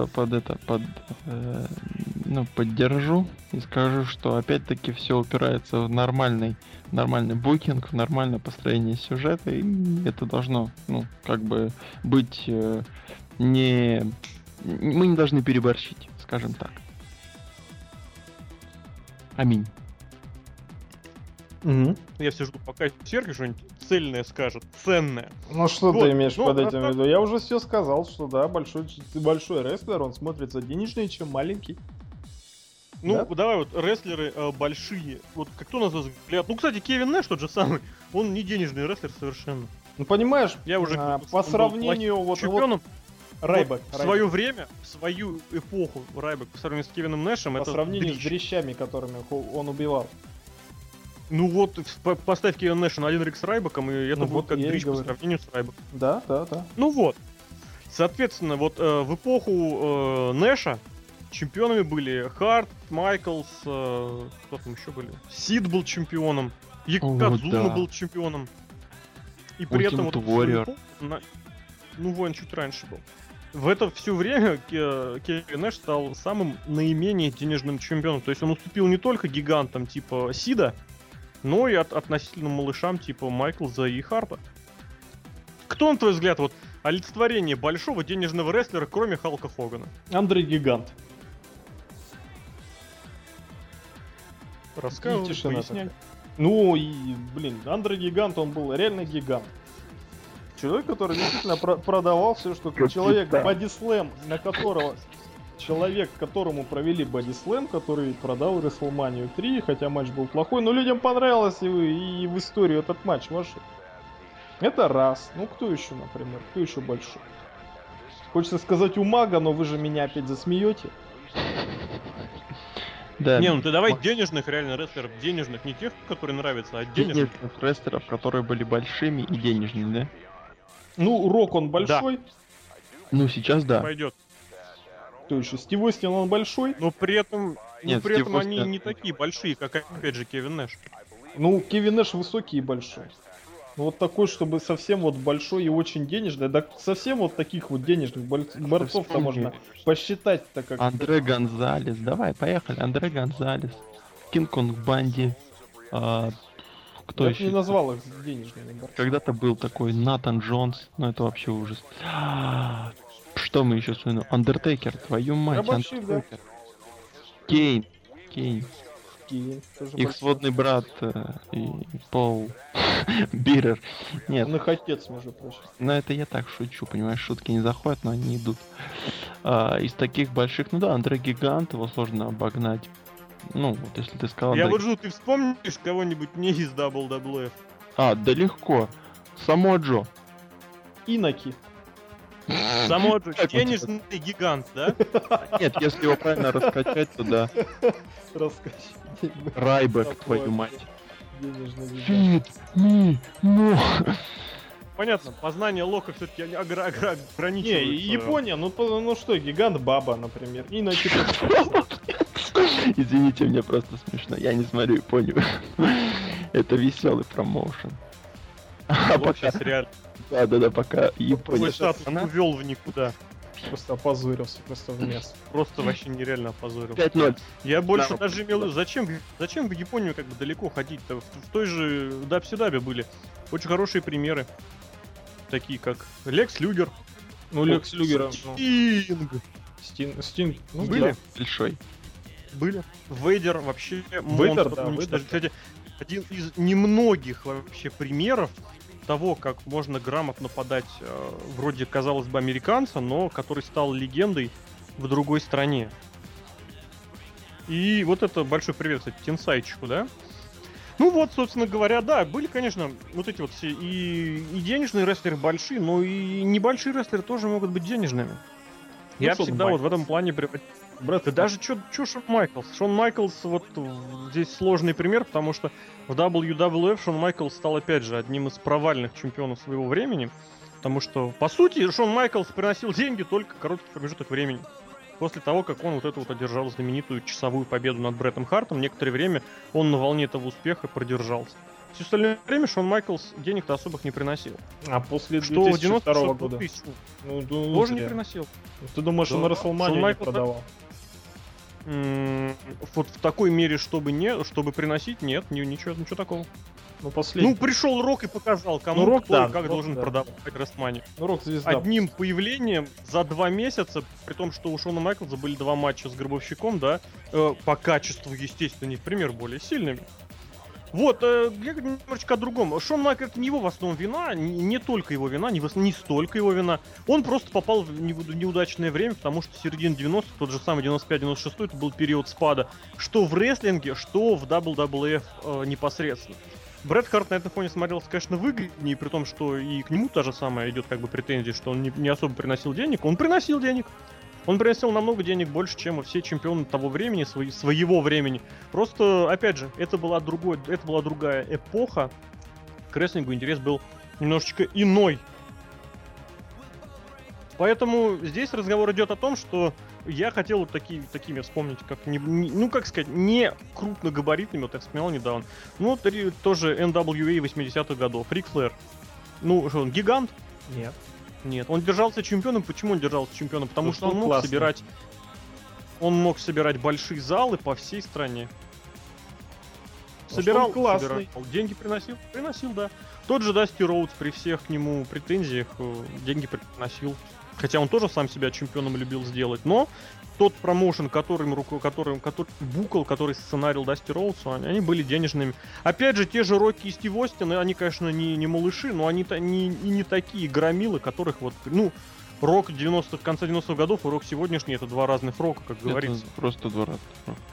поддержу и скажу, что опять-таки все упирается в нормальный букинг, в нормальное построение сюжета, и это должно, ну, как бы быть мы не должны переборщить, скажем так. Аминь. Я все жду, пока Сергей что-нибудь цельное скажет, ценное. Ну что Вот, ты имеешь ну, под этим в виду? Я уже все сказал, что да, большой рестлер, он смотрится денежнее, чем маленький. Ну, Да? давай вот, рестлеры большие. Вот кто на твой взгляд? Ну, кстати, Кевин Нэш тот же самый. Он не денежный рестлер совершенно. Ну понимаешь, Я уже по он был сравнению плохим вот чемпионом. Райбек, В свое время, в свою эпоху Райбек по сравнению с Кевином Нэшем, по это сравнению дрищ. с дрищами, которыми он убивал. Ну вот, поставь Кевина Нэша на один ринг с Райбеком, и это Ну будет вот как я и дрищ по говорю. сравнению с Райбеком. Да. Ну вот. Соответственно, вот в эпоху Нэша чемпионами были Харт, Майклс, кто там еще были? Сид был чемпионом, Якадзума да. был чемпионом. И при этом Ultimate вот в свою Warrior. эпоху ну, Воин чуть раньше был. В это все время Кевин Нэш стал самым наименее денежным чемпионом. То есть он уступил не только гигантам типа Сида, но и относительно малышам типа Майклза и Харта. Кто, на твой взгляд, вот олицетворение большого денежного рестлера, кроме Халка Хогана? Андрей Гигант. Рассказывай, И тишина поясняй. такая. Ну и, Андрей Гигант, он был реально гигант. Человек, который действительно продавал все, что человек, бодислэм, человек, которому провели бодислэм, который продал WrestleMania 3, хотя матч был плохой, но людям понравилось и в историю этот матч вошел. Это раз. Ну кто еще, например? Кто еще большой? Хочется сказать Умага, но вы же меня опять засмеете. Да. Не, ну ты давай денежных реально рестлеров, денежных, не тех, которые нравятся, а денежных. денежных рестлеров, которые были большими и денежными, да? Ну, Рок он большой. Ну, сейчас да. Пойдет. Кто еще? Стив Остин он большой. Но при этом, Нет, при этом Стив они Остин- не такие большие, как опять же Кевин Нэш. Ну, Кевин Нэш высокий и большой. Ну, вот такой, чтобы совсем вот большой и очень денежный. Да совсем вот таких вот денежных борцов-то вспомни. можно посчитать-то как... Андре Гонзалес. Давай, поехали. Андре Гонзалес. Кинг-Конг Банди. Кто Я еще? бы не назвал их денежными борцами. Когда-то был такой Натан Джонс, но это вообще ужас. Что мы еще вспомним? Андертейкер, твою мать, Гробовщик, да. Андертейкер. Кейн. Кейн тоже Их большой. сводный брат и Пол Бирер. Нет, Он их отец, между прочим. ну это я так шучу, понимаешь, шутки не заходят, но они идут. Из таких больших, ну да, Андре Гигант, его сложно обогнать. Ну, вот если ты сказал... Я Андре- вот жду, ты вспомнишь кого-нибудь не из WWF? да легко. Само Джо. Иноки. Само Как он денежный гигант, да? Нет, если его правильно раскачать, то да. Раскачивай. Райбек, твою Такой мать. Денежный гигант. Фит, ми, но. Понятно, познание Лока все-таки ограничивается. Не, Япония, ну что, гигант Баба, например. Иноки. Извините, мне просто смешно. Я не смотрю Японию. Это веселый промоушен. А Лок пока, сейчас реально да, пока твой Япония... статус увел в никуда. Просто опозорился, просто в мясо. Просто вообще нереально опозорил. 5-0. Я больше Да, даже имел... Зачем в Японию как бы далеко ходить-то? В той же Дабсидабе были очень хорошие примеры. Такие как Лекс Люгер. Ну, Лекс Люгера. Стинг. Стинг. Ну, Были? да. Большой. Были. Вейдер вообще Вейдер, монстр да, уничтожитель. Вейдер. Кстати, один из немногих вообще примеров того, как можно грамотно подать вроде, казалось бы, американца, но который стал легендой в другой стране. И вот это большой привет, кстати, Тенсайчику, да? Ну вот, собственно говоря, да, были, конечно, вот эти вот все и денежные рестлеры большие, но и небольшие рестлеры тоже могут быть денежными. Ну, Я Шон всегда вот в Майклс. этом плане... Брат, Да даже чё Шон Майклс? Шон Майклс, вот здесь сложный пример, потому что в WWF Шон Майклс стал, опять же, одним из провальных чемпионов своего времени, потому что, по сути, Шон Майклс приносил деньги только короткий промежуток времени. После того, как он вот эту вот одержал знаменитую часовую победу над Бреттом Хартом, некоторое время он на волне этого успеха продержался. Все остальное время Шон Майклс денег-то особых не приносил. А после Что в 2002 90 года? 2000 Ну, тоже не зря. приносил. Ты думаешь, Да. он на Расселманию Шон не Майклс, продавал? Вот в такой мере, чтобы приносить, нет, ничего такого. Ну, последний. Ну, пришел Рок и показал, кому Рок, кто и да, как Рок, должен да. продавать Рестлманию. Ну, рок-звезда. Одним появлением за 2 месяца, при том, что у Шона Майклса были 2 матча с Гробовщиком, да, по качеству, естественно, не в пример более сильными. Вот, я немножечко о другом. Шон Майклс, это не его в основном вина, не только его вина, не столько его вина. Он просто попал в неудачное время, потому что середина 90-х, тот же самый 95-96, это был период спада, что в рестлинге, что в WWF непосредственно. Брэд Харт на этом фоне смотрелся, конечно, выгоднее, при том, что и к нему та же самая идет как бы претензия, что он не особо приносил денег. Он приносил денег. Он приносил намного денег больше, чем все чемпионы того времени, своего времени. Просто, опять же, это была другая эпоха. К рестлингу интерес был немножечко иной. Поэтому здесь разговор идет о том, что я хотел вот такими вспомнить, как не крупногабаритными, вот я вспоминал недавно. Ну, вот тоже NWA 80-х годов, Рик Флэр. Ну, что он, гигант? Нет. Нет. Он держался чемпионом. Почему он держался чемпионом? Потому что он мог классный. собирать большие залы по всей стране. Потому что он классный. собирал, деньги приносил, да. Тот же Дасти Роудс при всех к нему претензиях деньги приносил. Хотя он тоже сам себя чемпионом любил сделать, но тот промоушен, который букал, который сценарил Дасти Роудсу, они были денежными. Опять же, те же Рокки и Стив Остин, они, конечно, не малыши, но они не такие громилы, которых вот, ну, Рок конца 90-х годов и Рок сегодняшний — это два разных Рока, как говорится. Это просто два разных.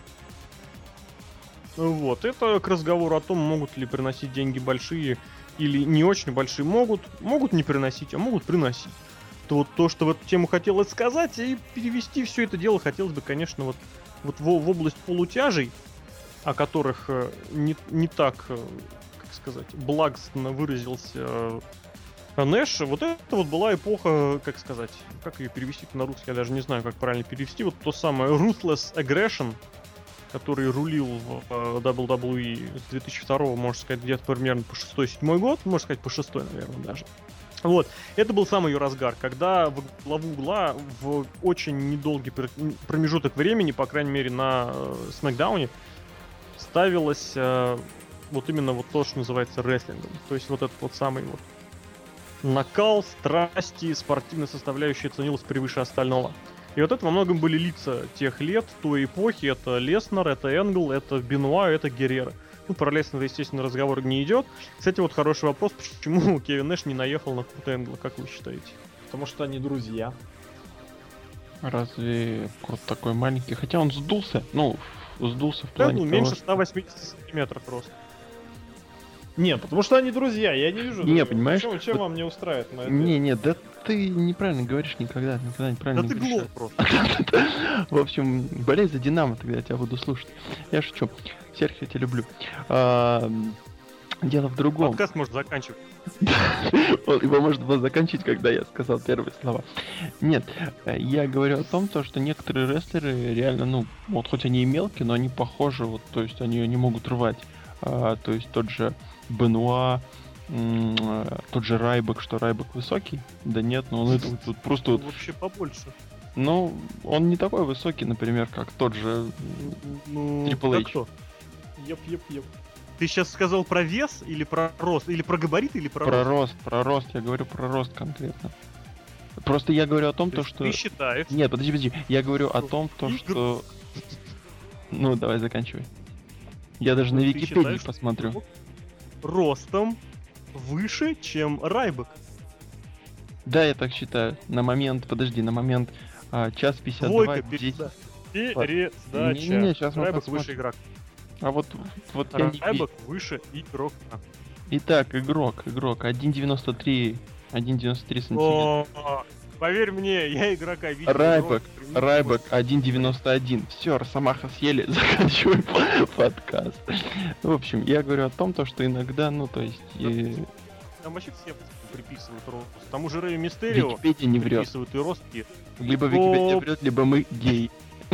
Вот, это к разговору о том, могут ли приносить деньги большие или не очень большие. Могут не приносить, а могут приносить. То, что в эту тему хотелось сказать, и перевести все это дело хотелось бы, конечно, вот в область полутяжей, о которых не так, как сказать, благостно выразился Нэш. Вот это вот была эпоха, как сказать, как ее перевести на русский, я даже не знаю, как правильно перевести. Вот то самое Ruthless Aggression, который рулил в WWE с 2002, можно сказать, где-то примерно по 6-7 год, можно сказать, по 6, наверное, даже. Вот, это был самый ее разгар, когда в главу угла в очень недолгий промежуток времени, по крайней мере на Смэкдауне, ставилась вот именно вот то, что называется рестлингом. То есть вот этот вот самый вот накал, страсти, спортивная составляющая ценилась превыше остального. И вот это во многом были лица тех лет, той эпохи. Это Леснер, это Энгл, это Бенуа, это Геррера. Ну, про Леснера, естественно, разговор не идет. Кстати, вот хороший вопрос, почему Кевин Нэш не наехал на Курта Энгла, как вы считаете? Потому что они друзья. Разве Курт такой маленький? Хотя он сдулся. Ну, сдулся в плане Энгл того, меньше что- 180 сантиметров просто. Не, потому что они друзья, я не вижу. Не, понимаешь, Чем вот- вам не устраивает моя Не, да ты неправильно говоришь никогда неправильно Да ты говоришь. глуп просто. В общем, болей за Динамо, тогда я тебя буду слушать. Я шучу. Серхио, я тебя люблю. Дело в другом. Подкаст может заканчивать. Его можно было заканчивать, когда я сказал первые слова. Нет, я говорю о том, что некоторые рестлеры реально, ну, вот хоть они и мелкие, но они похожи, вот, то есть они не могут рвать. То есть тот же Бенуа, тот же Райбек, что Райбек высокий? Да нет, ну он это вот просто вот, Вообще побольше. ну, он не такой высокий, например, как тот же Ну, Triple да H. кто? Еп. Ты сейчас сказал про вес или про рост? Или про габарит, или про рост? про рост, я говорю про рост конкретно. Просто я говорю о том, То то, есть что... Ты считаешь, Нет, подожди, я говорю о том, Игр- что... Ну, давай, заканчивай. Я даже на Ты Википедии считаешь, посмотрю. что ростом выше, чем Райбек? Да, я так считаю. На момент час 52, Двойка 10. передача. Не-не-не, щас мы Райбек посмотрим. выше игрок. А вот я не Райбек вижу. выше игрока. Итак, игрок, 1.93 сантиметра. О, поверь мне, я игрока видел. Райбек, рост примерно Райбек 1.91. Все, Росомаха съели, заканчиваем подкаст. В общем, я говорю о том, что иногда, ну, то есть... Там вообще все приписывают рост. К тому же Рэй Мистерио Википедия не врет. приписывают и рост, и... Либо Википедия врет, либо мы гей.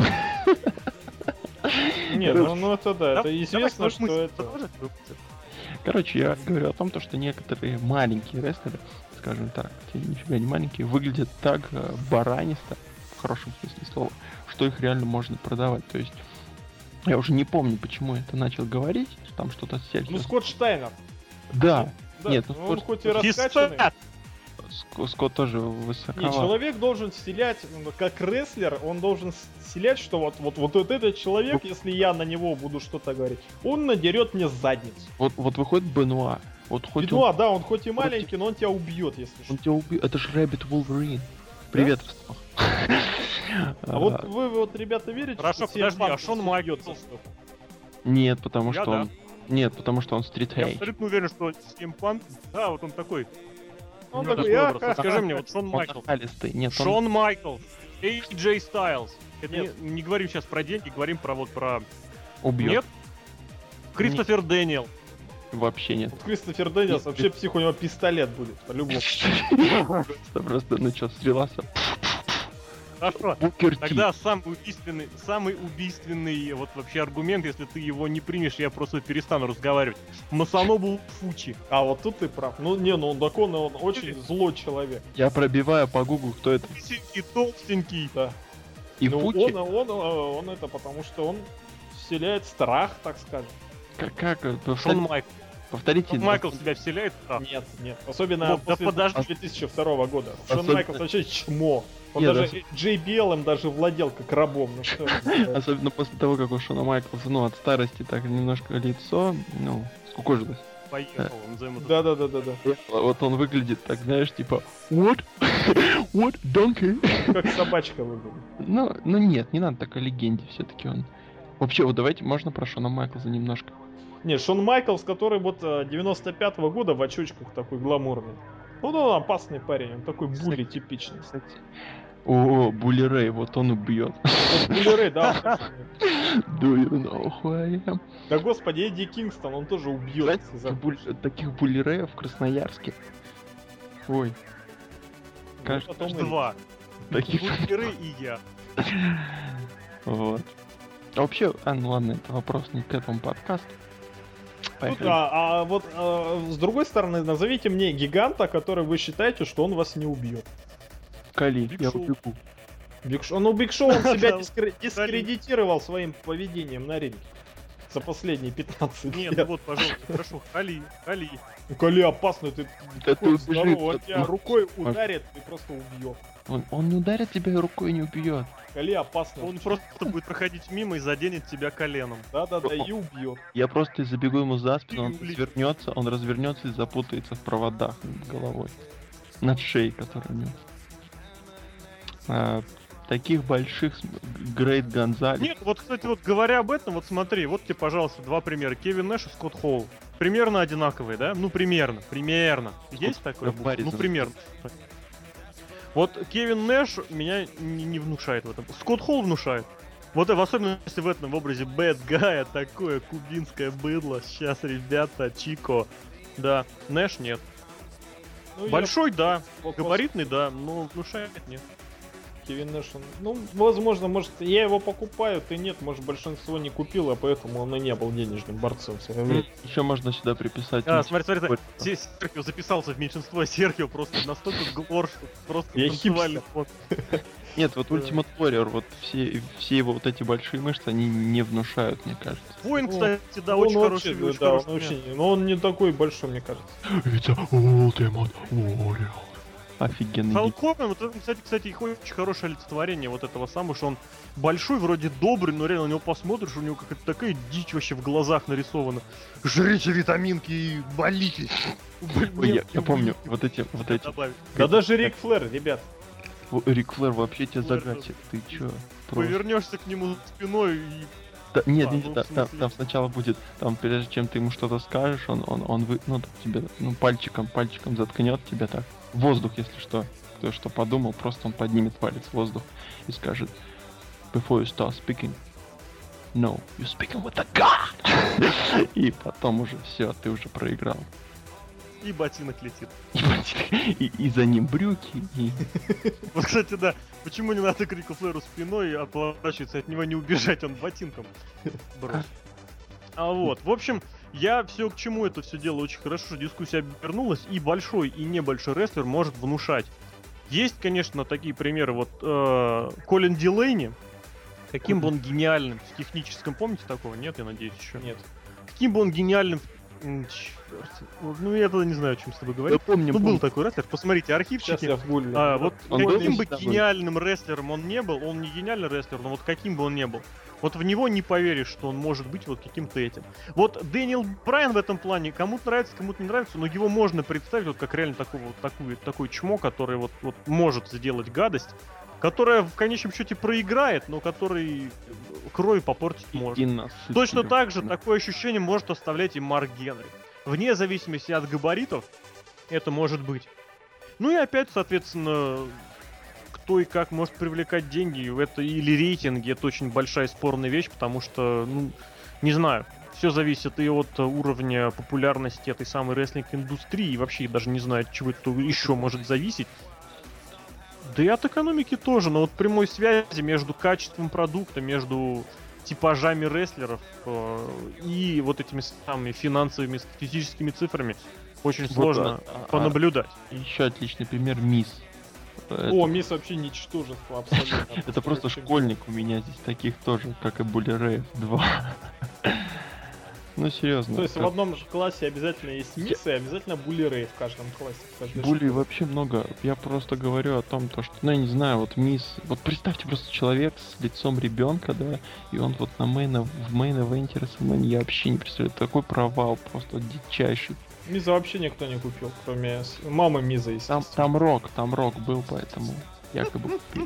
Не, ну это да, это Давай известно, свою что мысль это... продолжай свою мысль. Короче, я говорю о том, что некоторые маленькие рестлеры, скажем так, те нифига не маленькие, выглядят так баранисто, в хорошем смысле слова, что их реально можно продавать. То есть, я уже не помню, почему я это начал говорить, там что-то с Серхио. Ну, Скотт Штайнер. Да, Да, нет, он Скотт- хоть и раскачанный. Хистат! Скотт тоже Не, высоковат. человек должен вселять, как рестлер, он должен вселять, что вот этот человек, если я на него буду что-то говорить, он надерет мне задницу. Вот выходит Бенуа, вот хоть Бенуа, да, он хоть и маленький, но он тебя убьет, если он что. тебя убьет. Это же Рэббит Wolverine. Привет, Ростов. А вот вы, вот, ребята, верите, Хорошо, что подожди, CM а Punk Шон убьет Майклс? за что? Нет, потому Я что он... Нет, потому что он Я стрит-хейдж. абсолютно уверен, что CM Punk, да, вот он такой. Он у него такой, такой образ. Скажи мне, вот Шон Он Майклс. нахалистый. Нет, он... Шон Майклс, AJ Styles. Это Нет. не говорим сейчас про деньги, говорим про... убьет. Нет? Кристофер Дэниел. Вообще нет. Вот Кристофер Дэниелс, вообще псих, у него пистолет будет, по-любому. Просто, ну что, стрелался. Хорошо. Букер Ти. Тогда самый убийственный вот вообще аргумент, если ты его не примешь, я просто перестану разговаривать. Масанобу Фучи. А вот тут ты прав. Ну, не, ну он очень злой человек. Я пробиваю по гуглу, кто это. Высокий, толстенький. Да. И Ну, Фучи. он это потому, что он вселяет страх, так скажем. Как? Шон Майкл. Повторите. Шон Майкл в себя вселяет страх. Нет. Особенно Вот, да после подожди. 2002 года. Шон Особенно- Майклс вообще чмо. Он Нет, даже JBL даже владел как рабом. Ну, что это сказать. Особенно после того, как у Шона Майклса, ну, от старости так немножко лицо, ну, скукожилось. Поехал, назовем это. Да. Вот он выглядит так, знаешь, типа, what? What? Donkey? Как собачка выглядит. Ну нет, не надо так о легенде, все-таки он. Вообще, вот давайте, можно про Шона Майклса немножко? Не, Шон Майклс, который вот 95-го года в очочках такой гламурный. Вот он опасный парень, он такой були типичный. Кстати. О, Булли Рэй, вот он убьет. Вот Булли Рэй, да. Do you know who I am? Да господи, Эдди Кингстон, он тоже убьет. Знаете, если захочет. таких Булли Рэев в Красноярске. Ой, Ну, кажется, потом и- что таких... Бультеры и я. Вот. А вообще, ну ладно, это вопрос не к этому подкасту. Тут, Поехали. вот с другой стороны, назовите мне гиганта, который вы считаете, что он вас не убьет. Кали, Биг я Шоу. убегу. Биг Шоу, ну Биг Шоу он себя Да, дискредитировал своим поведением на ринге. за последние 15 Нет, лет. ну вот, пожалуйста, прошу, Кали. Ну, Коли опасно, ты Да такой ты здоровый, убежишь, он тебя ну, рукой ударит и просто убьет. Он не ударит тебя рукой, не убьет. Коли опасно. Он просто будет проходить мимо и заденет тебя коленом. Да-да-да, и убьет. Я просто забегу ему за спину, он Блин. развернется и запутается в проводах над головой. Над шеей, которая у него. Таких больших Грейт Гонзалес. Нет, вот, кстати, вот говоря об этом, вот смотри, вот тебе, пожалуйста, два примера. Кевин Нэш и Скотт Холл. Примерно одинаковые, да? Ну, примерно. Есть такое? Барри Ну, за- примерно. Вот Кевин Нэш меня не внушает в этом. Скотт Холл внушает. Вот и в особенности в этом в образе Bad Guy, такое кубинское быдло. Сейчас, ребята, Чико. Да, Нэш нет. Ну, Большой, да. вопрос- Габаритный, да, но внушает нет. Кевин Нэш, ну, возможно, может, я его покупаю, ты нет, может, большинство не купило, поэтому он и не был денежным борцом в свое время. Еще можно сюда приписать. Смотри. Вот. Серхио записался в меньшинство. Серхио просто настолько глор, что просто Я танцевальный фон. Нет, вот Ultimate Warrior, вот все его вот эти большие мышцы, они не внушают, мне кажется. Воин, Ну, кстати, да, Он очень хороший. вообще, очень да, хороший он пример. очень, но он не такой большой, мне кажется. Это Ultimate Warrior. Офигенный гик. Халкомен, вот это, кстати, их очень хорошее олицетворение вот этого самого, что он большой, вроде добрый, но реально на него посмотришь, у него какая-то такая дичь вообще в глазах нарисована. Жрите витаминки и болите. Ой, я помню, вот эти. Добавить. Да даже Рик Флэр, ребят. Рик Флэр вообще тебя Флэр, загасит. Ты чё? Просто. Повернешься к нему спиной и... Да, нет, А, нет, ну, в там смысле. сначала будет, там прежде чем ты ему что-то скажешь, он тебе, пальчиком заткнет тебя так. Воздух, если что. Кто что подумал, просто он поднимет палец в воздух и скажет: Before you start speaking, no, you're speaking with a god. И потом уже все, ты уже проиграл. И ботинок летит. И за ним брюки, и... Вот, кстати, да, почему не надо к Рику Флэру спиной и отворачиваться от него, не убежать, он ботинком бросит. А вот, в общем, я все к чему это все дело очень хорошо, что дискуссия обернулась, и большой, и небольшой рестлер может внушать. Есть, конечно, такие примеры, вот Колин Дилейни, каким бы он гениальным в техническом, помните такого? Нет, я надеюсь, еще. Нет. Каким бы он гениальным... Черт. Ну, я тогда не знаю, о чем с тобой говорить. Я помню, Ну, был такой рестлер, посмотрите, Сейчас архивчики. я в гугле. Вот Он был каким бы всегда гениальным рестлером он не был, он не гениальный рестлер, но вот каким бы он не был, вот в него не поверишь, что он может быть вот каким-то этим. Вот Дэниел Брайан в этом плане, кому-то нравится, кому-то не нравится, но его можно представить вот как реально такой чмо, который вот может сделать гадость, которая в конечном счете проиграет, но который кровь попортить может. Точно так же такое ощущение может оставлять и Марк Генри. Вне зависимости от габаритов, это может быть. Ну и опять, соответственно, кто и как может привлекать деньги, это или рейтинги, это очень большая спорная вещь, потому что, ну, не знаю, все зависит и от уровня популярности этой самой рестлинг-индустрии, и вообще даже не знаю, от чего это еще может зависеть. Да и от экономики тоже, но вот прямой связи между качеством продукта, между типажами рестлеров и вот этими самыми финансовыми, статистическими цифрами очень сложно понаблюдать. Еще отличный пример Мисс. О, Мисс вообще ничтожество абсолютно. Это просто школьник у меня здесь таких тоже, как и Булли Рэй 2. Ну серьезно. То есть в одном же классе обязательно есть Мисс и обязательно Булли Рэй в каждом классе. Булли вообще много. Я просто говорю о том, что, ну я не знаю, вот Мисс. Вот представьте просто человек с лицом ребенка, да, и он вот в мейн-эвенте WrestleMania, я вообще не представляю. Такой провал, просто дичайший. Миза вообще никто не купил, кроме мамы Миза, естественно. Там Рок был, поэтому якобы купил.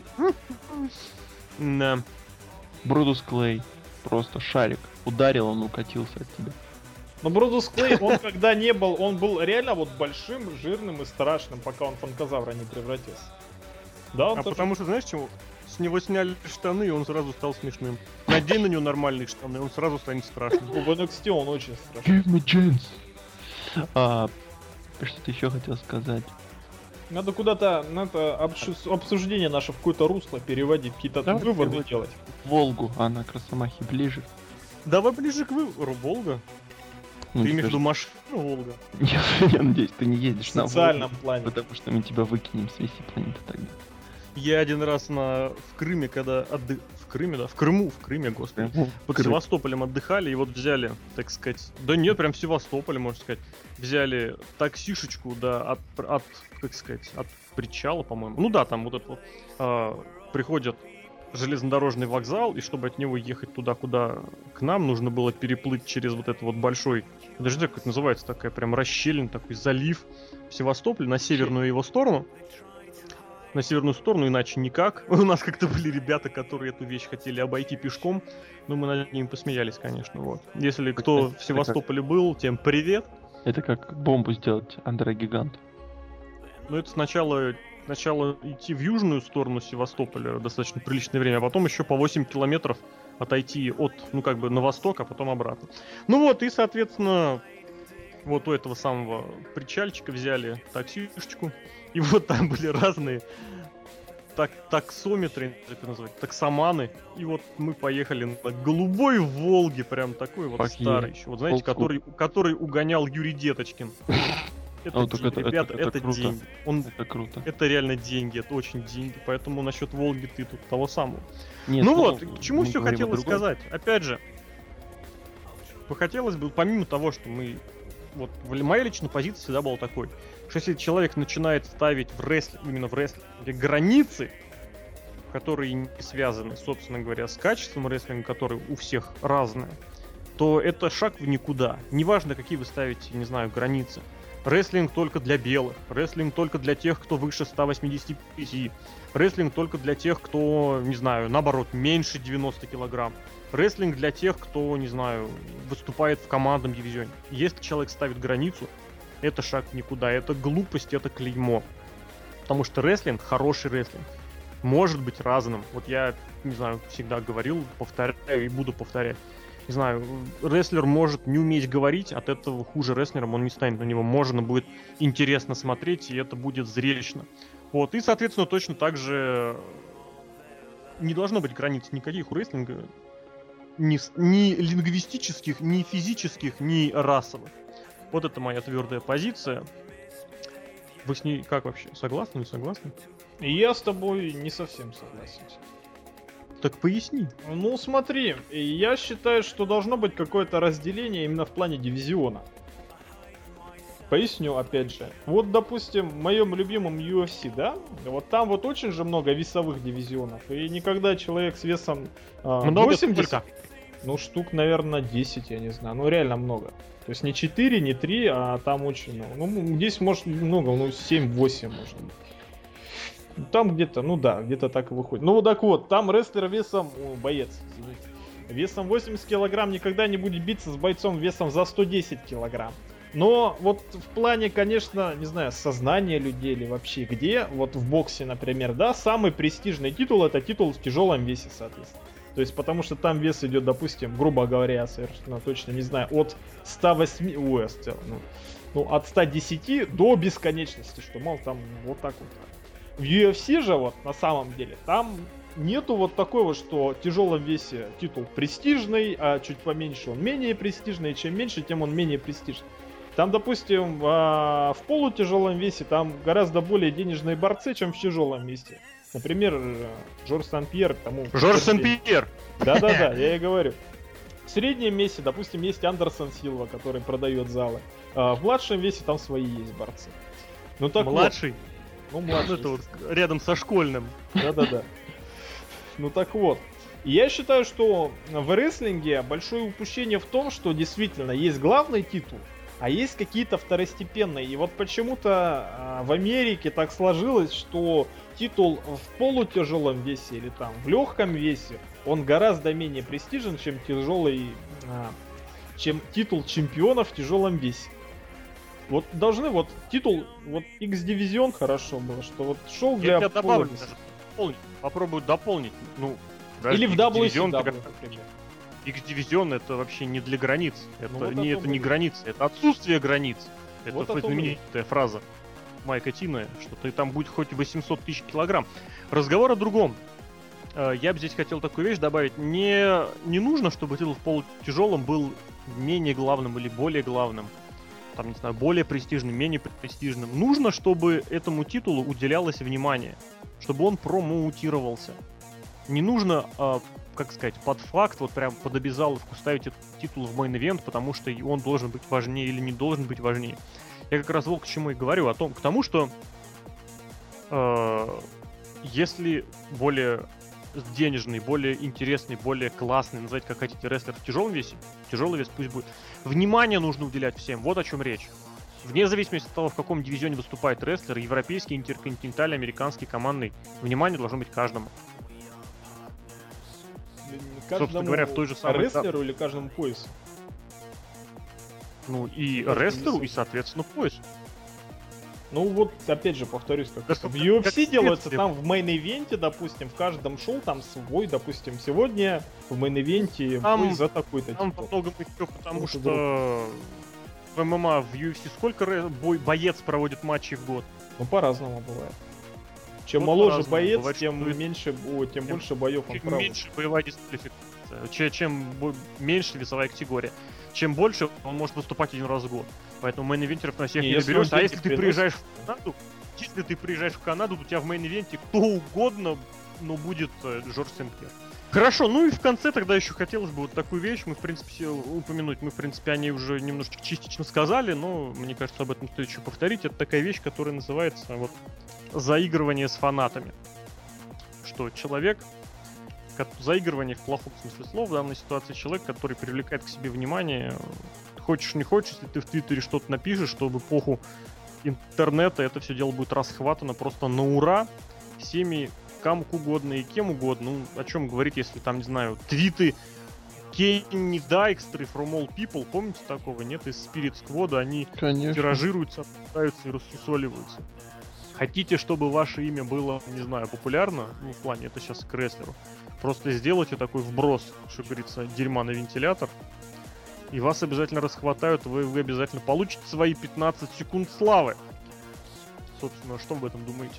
Да. Брудус Клей. Просто шарик. Ударил, он укатился от тебя. Но Брудус Клей, он когда не был, он был реально вот большим, жирным и страшным, пока он в фанкозавра не превратился. Да, он А потому что, знаешь чего? С него сняли штаны, и он сразу стал смешным. Надень на него нормальные штаны, он сразу станет страшным. в NXT он очень страшный. Give me chance. Что-то еще хотел сказать. Надо куда-то, обсуждение наше в какое-то русло переводить, какие-то Давай выводы переводим. делать. Волгу, она к Росомахе ближе. Давай ближе к выбору, Волга. Ну, Ты имеешь в тебе виду машину Волга? Я надеюсь, ты не едешь В на социальном Волгу, плане. потому что мы тебя выкинем с веси планеты тогда. Я один раз в Крыме, в Крыме, господи. Под Севастополем отдыхали, и вот взяли, так сказать... Да нет, прям в Севастополе, можно сказать. Взяли таксишечку, да, от причала, по-моему. Ну да, там вот это вот... приходят железнодорожный вокзал, и чтобы от него ехать туда, куда к нам, нужно было переплыть через вот этот вот большой... Даже не знаю, как это называется, такая прям расщелина, такой залив в Севастополе на северную его сторону. На северную сторону, иначе никак. У нас как-то были ребята, которые эту вещь хотели обойти пешком, но мы над ними посмеялись, конечно. Вот. Если кто в Севастополе был, тем привет. Это как бомбу сделать, Андре Гигант. Ну это сначала идти в южную сторону Севастополя достаточно приличное время, а потом еще по 8 километров отойти на восток, а потом обратно. Ну вот, и, соответственно, вот у этого самого причальчика взяли таксишечку, и вот там были разные таксометры, как это называть, таксоманы, и вот мы поехали на голубой Волге, прям такой вот старый еще, вот знаете, который угонял Юрий Деточкин. Это круто. деньги. Это круто. Это реально деньги, это очень деньги. Поэтому насчет Волги ты тут того самого. Нет, к чему все хотелось сказать? Опять же, хотелось бы, помимо того, что мы... Вот моя личная позиция всегда была такой, что если человек начинает ставить именно в рестлинге границы, которые не связаны, собственно говоря, с качеством рестлинга, который у всех разное, то это шаг в никуда. Неважно, какие вы ставите, не знаю, границы. Рестлинг только для белых, рестлинг только для тех, кто выше 185, рестлинг только для тех, кто, не знаю, наоборот, меньше 90 килограмм, рестлинг для тех, кто, не знаю, выступает в командном дивизионе. Если человек ставит границу, это шаг в никуда, это глупость, это клеймо. Потому что рестлинг, хороший рестлинг, может быть разным. Вот я, не знаю, всегда говорил, повторяю и буду повторять. Не знаю, рестлер может не уметь говорить, от этого хуже рестлером он не станет, на него можно будет интересно смотреть, и это будет зрелищно. Вот, и, соответственно, точно так же не должно быть границ никаких у рестлинга, ни лингвистических, ни физических, ни расовых. Вот это моя твердая позиция. Вы с ней как вообще? Согласны, не согласны? Я с тобой не совсем согласен. Так поясни. Ну смотри, я считаю, что должно быть какое-то разделение именно в плане дивизиона. Поясню опять же. Вот, допустим, в моем любимом UFC, да? Вот там вот очень же много весовых дивизионов. И никогда человек с весом 80... Ну, штук, наверное, 10, я не знаю. Ну, реально много. То есть не 4, не 3, а там очень много. Ну, здесь может много, 7-8 может быть. Там где-то, где-то так и выходит. Ну, так вот, там рестлер весом... боец, извините. Весом 80 килограмм никогда не будет биться с бойцом весом за 110 килограмм. Но вот в плане, конечно, не знаю, сознания людей или вообще где, вот в боксе, например, да, самый престижный титул — это титул в тяжелом весе, соответственно. То есть, потому что там вес идет, допустим, грубо говоря, совершенно точно, не знаю, от 108... от 110 до бесконечности, что, мол, там вот так вот. В UFC же вот на самом деле там нету вот такого, что в тяжелом весе титул престижный, а чуть поменьше он менее престижный, и чем меньше, тем он менее престижный. Там, допустим, в полутяжелом весе там гораздо более денежные борцы, чем в тяжелом весе. Например, Жорж Сен-Пьер тому... Жорж Сен-Пьер! Да-да-да, я и говорю. В среднем весе, допустим, есть Андерсон Силва, который продает залы. В младшем весе там свои есть борцы. Ну так младший? Вот. Ну, младший. Это вот рядом со школьным. Да-да-да. Ну так вот. Я считаю, что в рестлинге большое упущение в том, что действительно есть главный титул, а есть какие-то второстепенные. И вот почему-то в Америке так сложилось, что титул в полутяжелом весе или там в легком весе, он гораздо менее престижен, чем чем титул чемпиона в тяжелом весе. Вот должны вот титул, вот X-дивизион хорошо было, что вот шел для... Я добавлю, попробую дополнить. Ну, или в WCW, например. X-дивизион это вообще не для границ. Это не границы, это отсутствие границ. Это вот знаменитая фраза Майка Тина, что ты там будь хоть 800 тысяч килограмм. Разговор о другом. Я бы здесь хотел такую вещь добавить. Не нужно, чтобы титул в полутяжелом был менее главным или более главным. там, не знаю, более престижным, менее престижным. Нужно, чтобы этому титулу уделялось внимание, чтобы он промоутировался. Не нужно, как сказать, под факт, вот прям под обязаловку ставить этот титул в мейн-ивент, потому что он должен быть важнее или не должен быть важнее. Я как раз вот к чему и говорю, к тому, что если более денежный, более интересный, более классный, называйте как хотите, рестлер в тяжелом весе, тяжелый вес пусть будет. Внимание нужно уделять всем, вот о чем речь. Вне зависимости от того, в каком дивизионе выступает рестлер, европейский, интерконтинентальный, американский, командный, внимание должно быть каждому. Собственно говоря, в той же самой... Рестлеру или каждому поясу? Ну и рестлеру, и, соответственно, поясу. Ну вот, опять же, повторюсь, как в UFC делается, там в мейн-ивенте, допустим, в каждом шоу там свой, допустим, сегодня в мейн-ивенте бой за такой-то титул. Там по многому еще, потому что в ММА, в UFC сколько боец проводит матчей в год? Ну, по-разному бывает. Чем моложе боец, бывает, тем больше боев он проводит. Меньше боевая дисквалификация, чем меньше весовая категория. Чем больше, он может выступать один раз в год. Поэтому мейн-ивентеров на всех не наберешь. А если ты приезжаешь в Канаду, то у тебя в мейн-ивенте кто угодно, но будет Джордж Сен-Пьер. Хорошо, ну и в конце тогда еще хотелось бы вот такую вещь мы, в принципе, упомянуть. Мы, в принципе, о ней уже немножечко частично сказали, но мне кажется, об этом стоит еще повторить. Это такая вещь, которая называется вот заигрывание с фанатами. Что человек... Заигрывание в плохом смысле слова в данной ситуации человек, который привлекает к себе внимание. Хочешь не хочешь, если ты в Твиттере что-то напишешь, что в эпоху интернета это все дело будет расхватано просто на ура всеми кому угодно и кем угодно. Ну, о чем говорить, если там, не знаю, твиты Kenny Dykstra From All People, помните такого? Нет, из Spirit Squad, они тиражируются, обсуждаются и рассусоливаются. Хотите, чтобы ваше имя было, не знаю, популярно, ну, в плане, это сейчас к рестлеру, просто сделайте такой вброс, что говорится, дерьма на вентилятор, и вас обязательно расхватают, вы обязательно получите свои 15 секунд славы. Собственно, что вы об этом думаете?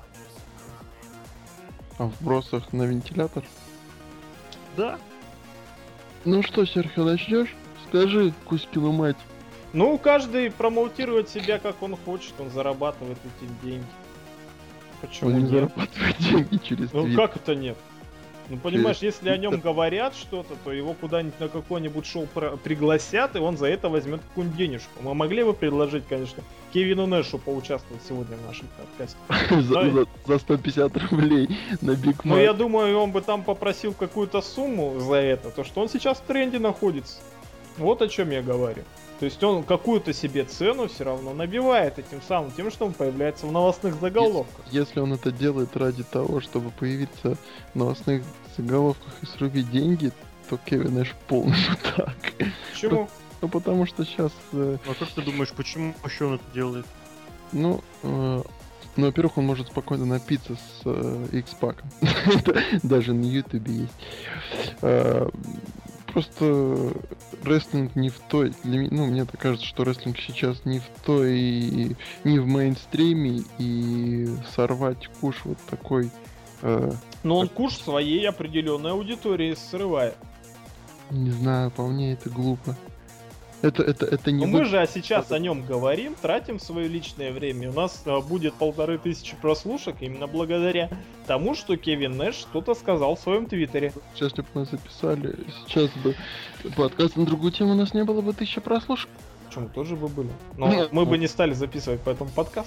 О вбросах на вентилятор? Да. Ну что, Серхио, начнешь? Скажи, Кузькину мать. Ну, каждый промоутирует себя, как он хочет, он зарабатывает эти деньги. Почему он нет? Зарабатывает деньги через Ну, твит. как это нет? Ну, понимаешь, если о нем говорят что-то, то его куда-нибудь на какое-нибудь шоу пригласят, и он за это возьмет какую-нибудь денежку. Мы могли бы предложить, конечно, Кевину Нэшу поучаствовать сегодня в нашем подкасте. За 150 рублей на Биг Мак. Ну, я думаю, он бы там попросил какую-то сумму за это, то что он сейчас в тренде находится. Вот о чем я говорю. То есть он какую-то себе цену все равно набивает этим самым, тем, что он появляется в новостных заголовках. Если он это делает ради того, чтобы появиться в новостных заголовках и срубить деньги, то Кевин Нэш полный мудак. Почему? Ну потому что сейчас... А как ты думаешь, почему еще он это делает? Ну, во-первых, он может спокойно напиться с X-паком. Даже на Ютубе есть. Просто рестлинг не в той... Ну, мне так кажется, что рестлинг сейчас не в той... Не в мейнстриме, и сорвать куш вот такой... Но он куш своей определенной аудитории срывает. Не знаю, по мне это глупо. Это не... Но мы же сейчас о нем говорим, тратим свое личное время. У нас будет 1500 прослушек именно благодаря тому, что Кевин Нэш что-то сказал в своем твиттере. Сейчас, если бы мы записали, сейчас бы подкаст на другую тему, у нас не было бы 1000 прослушек. Почему? Тоже бы были. Но мы бы не стали записывать поэтому подкаст.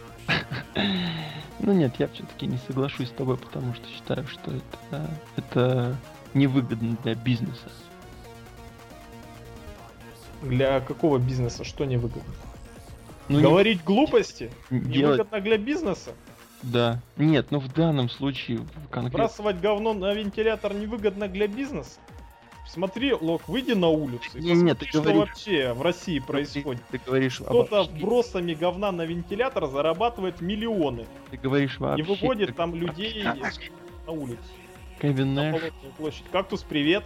Ну нет, я все-таки не соглашусь с тобой, потому что считаю, что это невыгодно для бизнеса. Для какого бизнеса? Что невыгодно? Ну, говорить глупости? Невыгодно для бизнеса? Да. Нет, ну в данном случае конкретно... Сбрасывать говно на вентилятор невыгодно для бизнеса? Смотри, Лок, выйди на улицу и посмотри, что вообще в России происходит. Ты говоришь кто-то вбросами говна на вентилятор зарабатывает миллионы. Ты говоришь вообще... И выводит там людей на улицу. Кевин Нэш. Кактус, привет.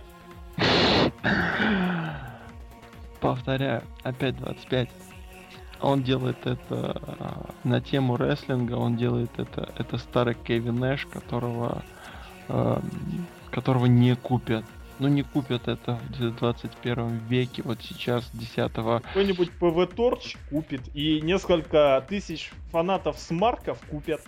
Повторяю, опять 25. Он делает это на тему рестлинга, он делает это старый Кевин Нэш, которого не купят Ну не купят это в 21 веке, вот сейчас 10-го. Какой-нибудь PV Torch купит, и несколько тысяч фанатов Смарков купят.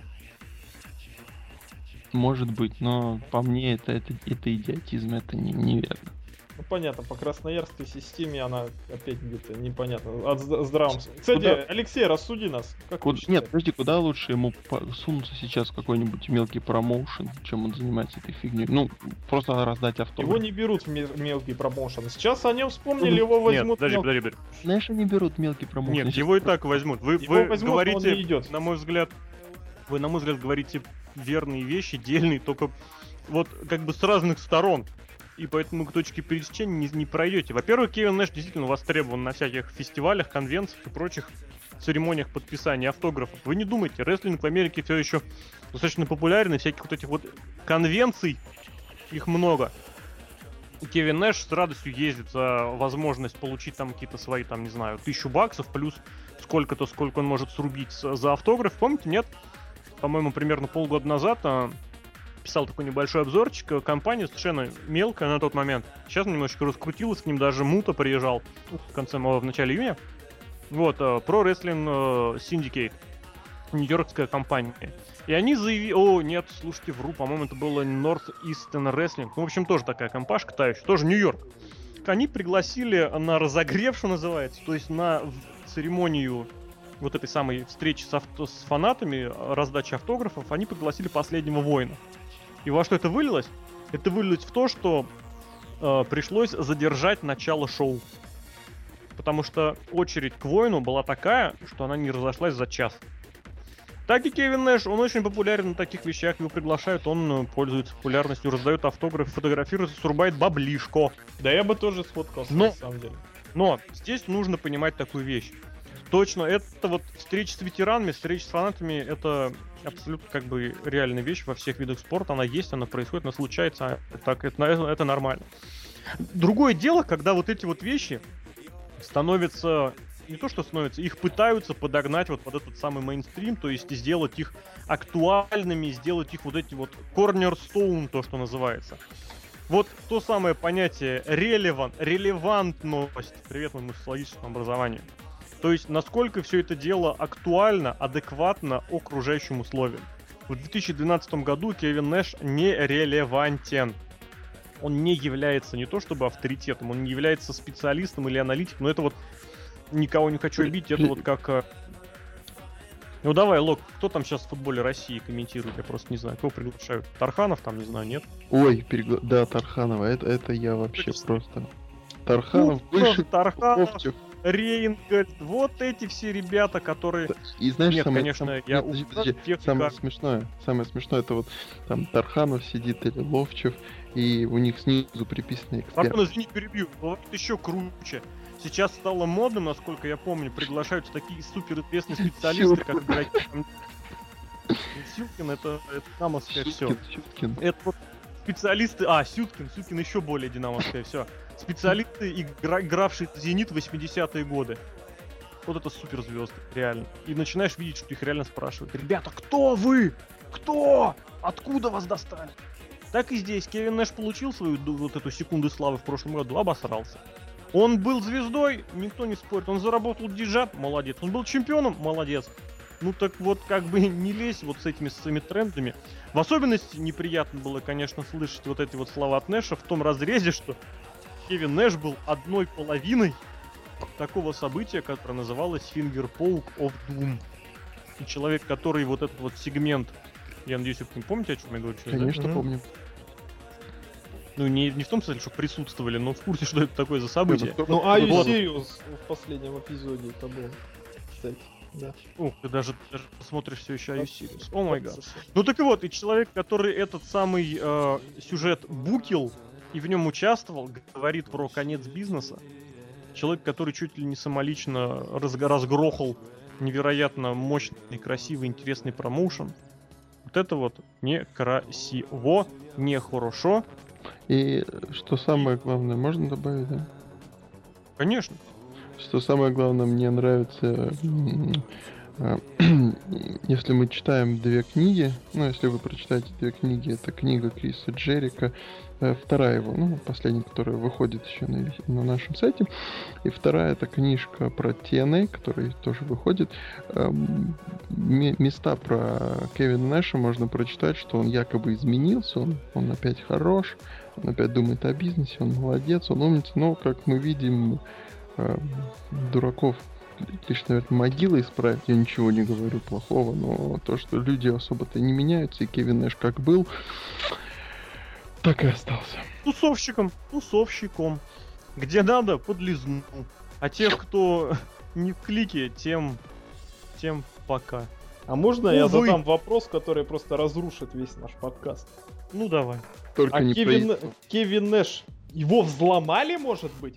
Может быть, но по мне это идиотизм, это неверно. Ну понятно, по красноярской системе она опять где-то непонятно. От здравом. Кстати, Куда? Алексей, рассуди нас. Как вы Нет, считаете? подожди, куда лучше ему сунуться сейчас в какой-нибудь мелкий промоушен, чем он занимается этой фигней? Ну, просто раздать автограф. Его не берут в мелкий промоушен. Сейчас о нем вспомнили, его Нет, возьмут. подожди. Знаешь, они берут мелкий промоушен. Нет, его и так возьмут. Вы Его возьмут, но он говорите, не идет. на мой взгляд, говорите верные вещи, дельные, только вот как бы с разных сторон. И поэтому к точке пересечения не пройдете. Во-первых, Кевин Нэш действительно востребован на всяких фестивалях, конвенциях и прочих церемониях подписания автографов. Вы не думайте, рестлинг в Америке все еще достаточно популярен, и всяких вот этих вот конвенций, их много. Кевин Нэш с радостью ездит за возможность получить там какие-то свои, там, не знаю, $1000 плюс сколько-то, сколько он может срубить за автограф. Помните, нет? По-моему, примерно полгода назад писал такой небольшой обзорчик. Компания совершенно мелкая на тот момент. Сейчас немножечко раскрутилась, к ним даже Мута приезжал в начале июня. Вот, Pro Wrestling Syndicate, нью-йоркская компания. И они заявили... О, нет, слушайте, вру, по-моему, это было Northeastern Wrestling. Ну, в общем, тоже такая компашка, та еще, тоже Нью-Йорк. Они пригласили на разогрев, что называется, то есть на церемонию вот этой самой встречи с фанатами, раздачи автографов, они пригласили последнего воина. И во что это вылилось? Это вылилось в то, что пришлось задержать начало шоу. Потому что очередь к воину была такая, что она не разошлась за час. Так и Кевин Нэш, он очень популярен на таких вещах, его приглашают, он пользуется популярностью, раздает автографы, фотографируется, срубает баблишко. Да я бы тоже сфоткался, на самом деле. Но здесь нужно понимать такую вещь. Точно, это вот встреча с ветеранами, встреча с фанатами, это абсолютно как бы реальная вещь во всех видах спорта. Она есть, она происходит, она случается, так, это нормально. Другое дело, когда вот эти вот вещи становятся, не то что становятся, их пытаются подогнать вот под этот самый мейнстрим, то есть сделать их актуальными, сделать их вот эти вот cornerstone, то, что называется. Вот то самое понятие релевантность, привет моему социологическому образованию. То есть, насколько все это дело актуально, адекватно окружающим условиям. В 2012 году Кевин Нэш не релевантен. Он не является не то чтобы авторитетом, он не является специалистом или аналитиком, но это вот никого не хочу обидеть, это вот как... Ну давай, Лок, кто там сейчас в футболе России комментирует? Я просто не знаю, кого приглашают. Тарханов там, не знаю, нет? Ой, да, Тарханова, это я вообще просто... Тарханов, выше Тарханов, Рейнгольд, вот эти все ребята, которые... И знаешь, нет, самое, конечно, нет, я... самое смешное, это вот там Тарханов сидит или Ловчев, и у них снизу приписаны эксперты. Тарханов, извини, перебью, бывает еще круче. Сейчас стало модным, насколько я помню, приглашаются такие суперизвестные специалисты, как игроки. Сюткин, это динамовское все. Сюткин. Это вот специалисты... Сюткин еще более динамовское все. Специалисты, игравшие в «Зенит» в 80-е годы. Вот это суперзвезды, реально. И начинаешь видеть, что их реально спрашивают. Ребята, кто вы? Кто? Откуда вас достали? Так и здесь. Кевин Нэш получил свою вот эту секунду славы в прошлом году, обосрался. Он был звездой, никто не спорит. Он заработал деньжат, молодец. Он был чемпионом, молодец. Ну так вот, как бы не лезь вот с этими своими трендами. В особенности неприятно было, конечно, слышать вот эти вот слова от Нэша в том разрезе, что Кевин Нэш был 1/2 такого события, которое называлось Finger Poke of Doom. И человек, который вот этот вот сегмент, я надеюсь, вы не помните, о чем я говорю? Конечно, да? помню. Ну, не в том смысле, что присутствовали, но в курсе, что это такое за событие. Ну, Are You Serious в последнем эпизоде это было, кстати. Да. Ух, ты даже посмотришь все еще Are You Serious. О май гад. Ну так и вот, и человек, который этот самый сюжет букил и в нем участвовал, говорит про конец бизнеса. Человек, который чуть ли не самолично разгрохал невероятно мощный, красивый, интересный промоушен. Вот это вот некрасиво, нехорошо. И что самое главное, можно добавить, да? Конечно. Что самое главное, мне нравится Если мы читаем две книги, если вы прочитаете две книги, это книга Криса Джерика, вторая его, последняя, которая выходит еще на нашем сайте, и вторая это книжка про TNA, которая тоже выходит. Места про Кевина Нэша можно прочитать, что он якобы изменился, он опять хорош, он опять думает о бизнесе, он молодец, он умница, но, как мы видим, дураков лишь, наверное, могила исправит. Я ничего не говорю плохого, но то, что люди особо-то не меняются, и Кевин Нэш как был, так и остался. Тусовщиком. Где надо, подлизнул. А тех, кто не в клике, тем пока. А можно я задам вопрос, который просто разрушит весь наш подкаст? Ну, давай. Только не Кевин Нэш, его взломали, может быть?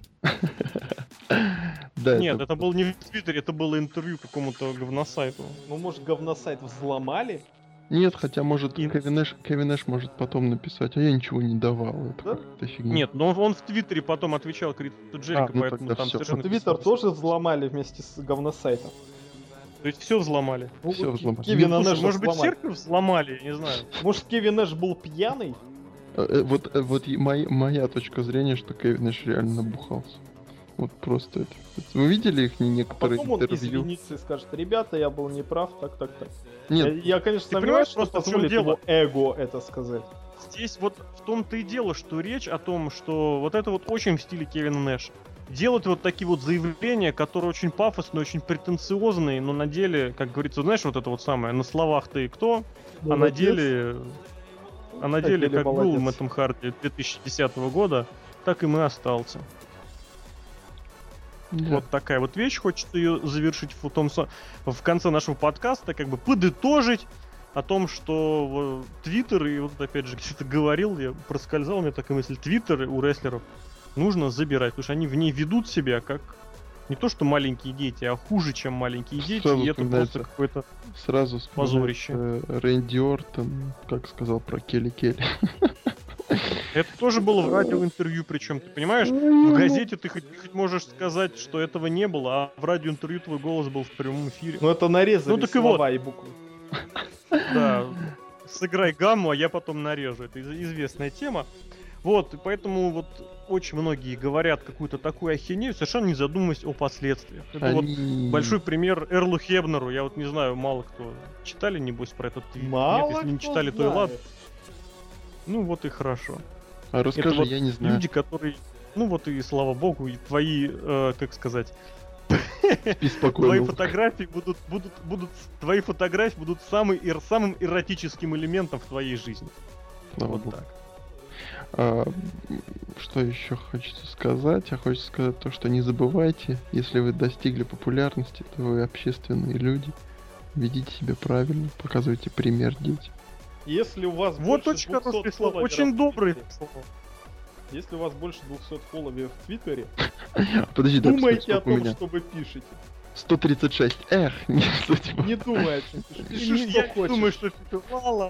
Да, нет, это был не в Твиттере, это было интервью какому-то говносайту. Ну, может, говносайт взломали? Нет, хотя, может, Кевин Нэш может потом написать, а я ничего не давал. Это да? какая-то фигня. Нет, но он в Твиттере потом отвечал Крису Джерика, поэтому там совершенно... Твиттер тоже взломали вместе с говносайтом. То есть все взломали? Все взломали. Кевина Нэша может быть, церковь взломали, я не знаю. Может, Кевин Нэш был пьяный? Вот моя точка зрения, что Кевин Нэш реально набухался. Вот просто это. Вы видели их некоторые интервью? Потом он извинится и скажет: ребята, я был неправ, так. Нет. Я конечно, сомневаюсь, что позволит его эго это сказать. Здесь вот в том-то и дело, что речь о том, что вот это вот очень в стиле Кевина Нэша. Делать вот такие вот заявления, которые очень пафосные, очень претенциозные, но на деле, как говорится, знаешь, вот это вот самое, на словах ты кто, а на деле как был в Мэттом Харди 2010 года, так и мы остался. Да. Вот такая вот вещь, хочется ее завершить в конце нашего подкаста, как бы подытожить о том, что Твиттер, и вот опять же где-то говорил, я проскользал, у меня такая мысль, Твиттер у рестлеров нужно забирать, потому что они в ней ведут себя как не то что маленькие дети, а хуже, чем маленькие дети, сразу и это просто какое-то позорище. Рэнди Ортон, как сказал про Келли. Это тоже было в радиоинтервью, причем, ты понимаешь, в газете ты хоть можешь сказать, что этого не было, а в радиоинтервью твой голос был в прямом эфире. Ну это нарезали слова и буквы. Да, сыграй гамму, а я потом нарежу. Это известная тема. Вот, и поэтому вот очень многие говорят какую-то такую ахинею, совершенно не задумываясь о последствиях. Это вот большой пример Эрлу Хебнеру. Я вот не знаю, мало кто читали, небось, про этот твит. Мало Нет, если не читали, то и ладно. Ну вот и хорошо. А расскажи, это вот я не знаю. Люди, которые, ну вот и слава богу, и твои, как сказать, твои фотографии твои фотографии будут самым эротическим элементом в твоей жизни. Вот так. Что еще хочется сказать? А хочется сказать то, что не забывайте, если вы достигли популярности, то вы общественные люди. Ведите себя правильно, показывайте пример детям. Если у вас вот очень хорошие слова, очень добрые слова. Если у вас больше 200 фолловеров в Твиттере, подожди, думайте о том, что вы пишете. 136. Не думай, о чем пишешь. Пиши, что хочешь. Думаю, что мало.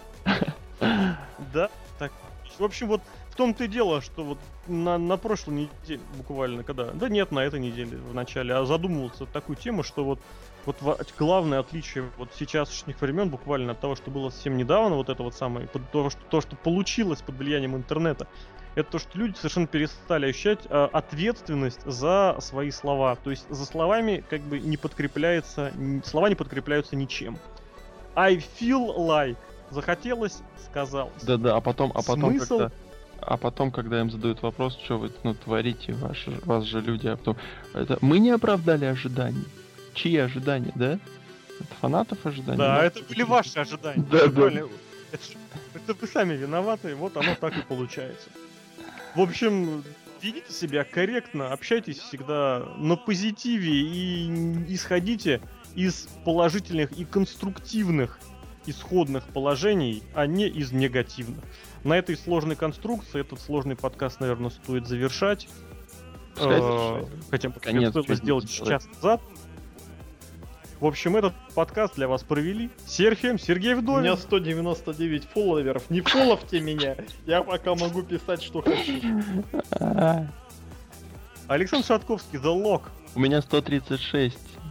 Да, так. В общем, вот в том-то и дело, что вот на прошлой неделе буквально, да нет, на этой неделе в начале, задумывался такую тему, что вот главное отличие вот сейчасшних времен буквально от того, что было совсем недавно, вот это вот самое, то, что получилось под влиянием интернета, это то, что люди совершенно перестали ощущать ответственность за свои слова. То есть за словами как бы слова не подкрепляются ничем. I feel like. Захотелось, сказал. Да, а потом, когда им задают вопрос, что вы творите, вас же люди, а потом мы не оправдали ожиданий. Чьи ожидания, да? Это фанатов ожидания? Да, это были ваши ожидания. Да. Это вы сами виноваты, вот оно так и получается. В общем, ведите себя корректно, общайтесь всегда на позитиве и исходите из положительных и конструктивных исходных положений, а не из негативных. На этой сложной конструкции этот сложный подкаст, наверное, стоит завершать. Хотя бы это сделать час назад. В общем, этот подкаст для вас провели Сергей Вдовин. У меня 199 фолловеров. Не фолловьте меня. Я пока могу писать, что хочу. Александр Шатковский, The Lock. У меня 136.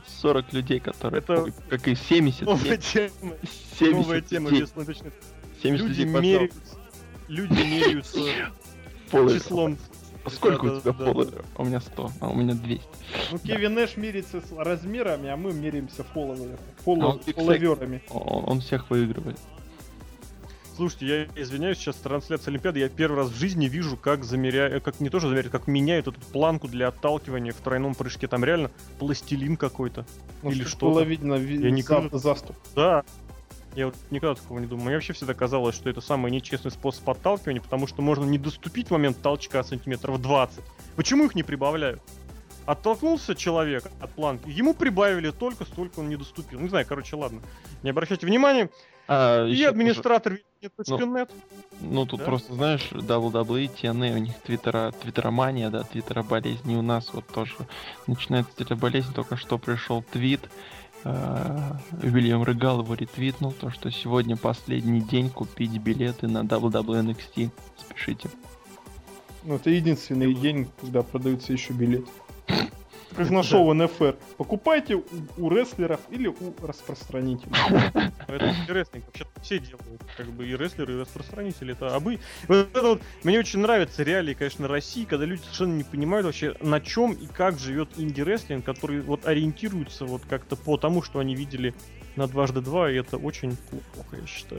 40 людей, которые... Это- Ой, как и 70. Новая тема. 70 Новая тема людей, весплейн.нет. 70 Люди людей поджал. меряются. Люди меряются Фолловеров. числом. А сколько Да, у тебя да, фолловеров? У меня 100, а у меня 200. Ну, Кевин Нэш мерится с размерами, а мы меряемся фолловерами. он фиксает. Фолловерами. Он всех выигрывает. Слушайте, я извиняюсь, сейчас трансляция Олимпиады, я первый раз в жизни вижу, как как не тоже замеряют, как меняют эту планку для отталкивания в тройном прыжке. Там реально пластилин какой-то. Ну, Или чтобы что-то. было видно Я никогда- заступ. Да. Я вот никогда такого не думал. Мне вообще всегда казалось, что это самый нечестный способ отталкивания, потому что можно не доступить в момент толчка сантиметров 20. Почему их не прибавляют? Оттолкнулся человек от планки, ему прибавили только столько он не доступил. Не знаю, короче, ладно. Не обращайте внимания. И Еще администратор .нет. Ну, тут Да? просто, знаешь, WWE, TNA, у них твиттеромания, да, твиттероболезнь. И у нас вот тоже начинается твиттероболезнь. Только что пришел твит. Вильям Регал его ретвитнул, то, что сегодня последний день купить билеты на WWE NXT. Спешите. Ну, это единственный день, когда продаются еще билеты. Как на шоу НФР. Покупайте у рестлеров или у распространителей. Это и рестлинг вообще все делают. Как бы и рестлеры, и распространители. Это вот это вот, мне очень нравятся реалии, конечно, России, когда люди совершенно не понимают вообще, на чем и как живет инди-рестлинг, который вот ориентируется вот как-то по тому, что они видели на 2x2, и это очень плохо, я считаю.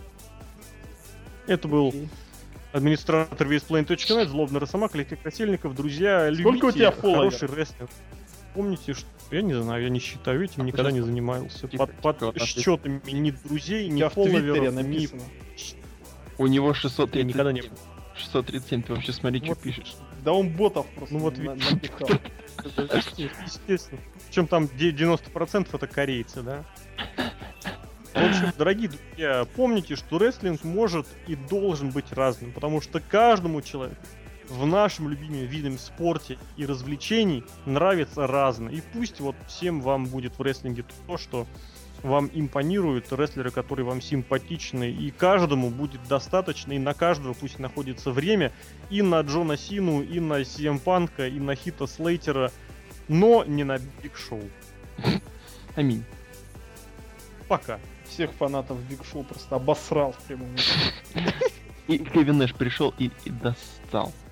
Это был администратор весплейн.нет, злобный Росомаха, Алексей Красильников, друзья, Сколько у тебя любите фолловеров? хороший рестлинг. Помните, что я не знаю, я не считаю, этим никогда не занимался. Под счетами ни друзей, У ни тебя в Твиттере фолловеров, ни... написано. У него Я 637. никогда не был. 637, ты вообще смотри, Вот. что пишешь. Да он ботов просто Ну вот напихал. Естественно. Причем там 90% это корейцы, да? В общем, дорогие друзья, помните, что рестлинг может и должен быть разным, потому что каждому человеку в нашем любимом виде спорте и развлечений нравится разное. И пусть вот всем вам будет в рестлинге то, что вам импонируют, рестлеры, которые вам симпатичны, и каждому будет достаточно, и на каждого пусть находится время, и на Джона Сину, и на CM Панка, и на Хита Слейтера, но не на Биг Шоу. Аминь. Пока. Всех фанатов Биг Шоу просто обосрал в прямом эфире. И Кевин Нэш пришел и достал.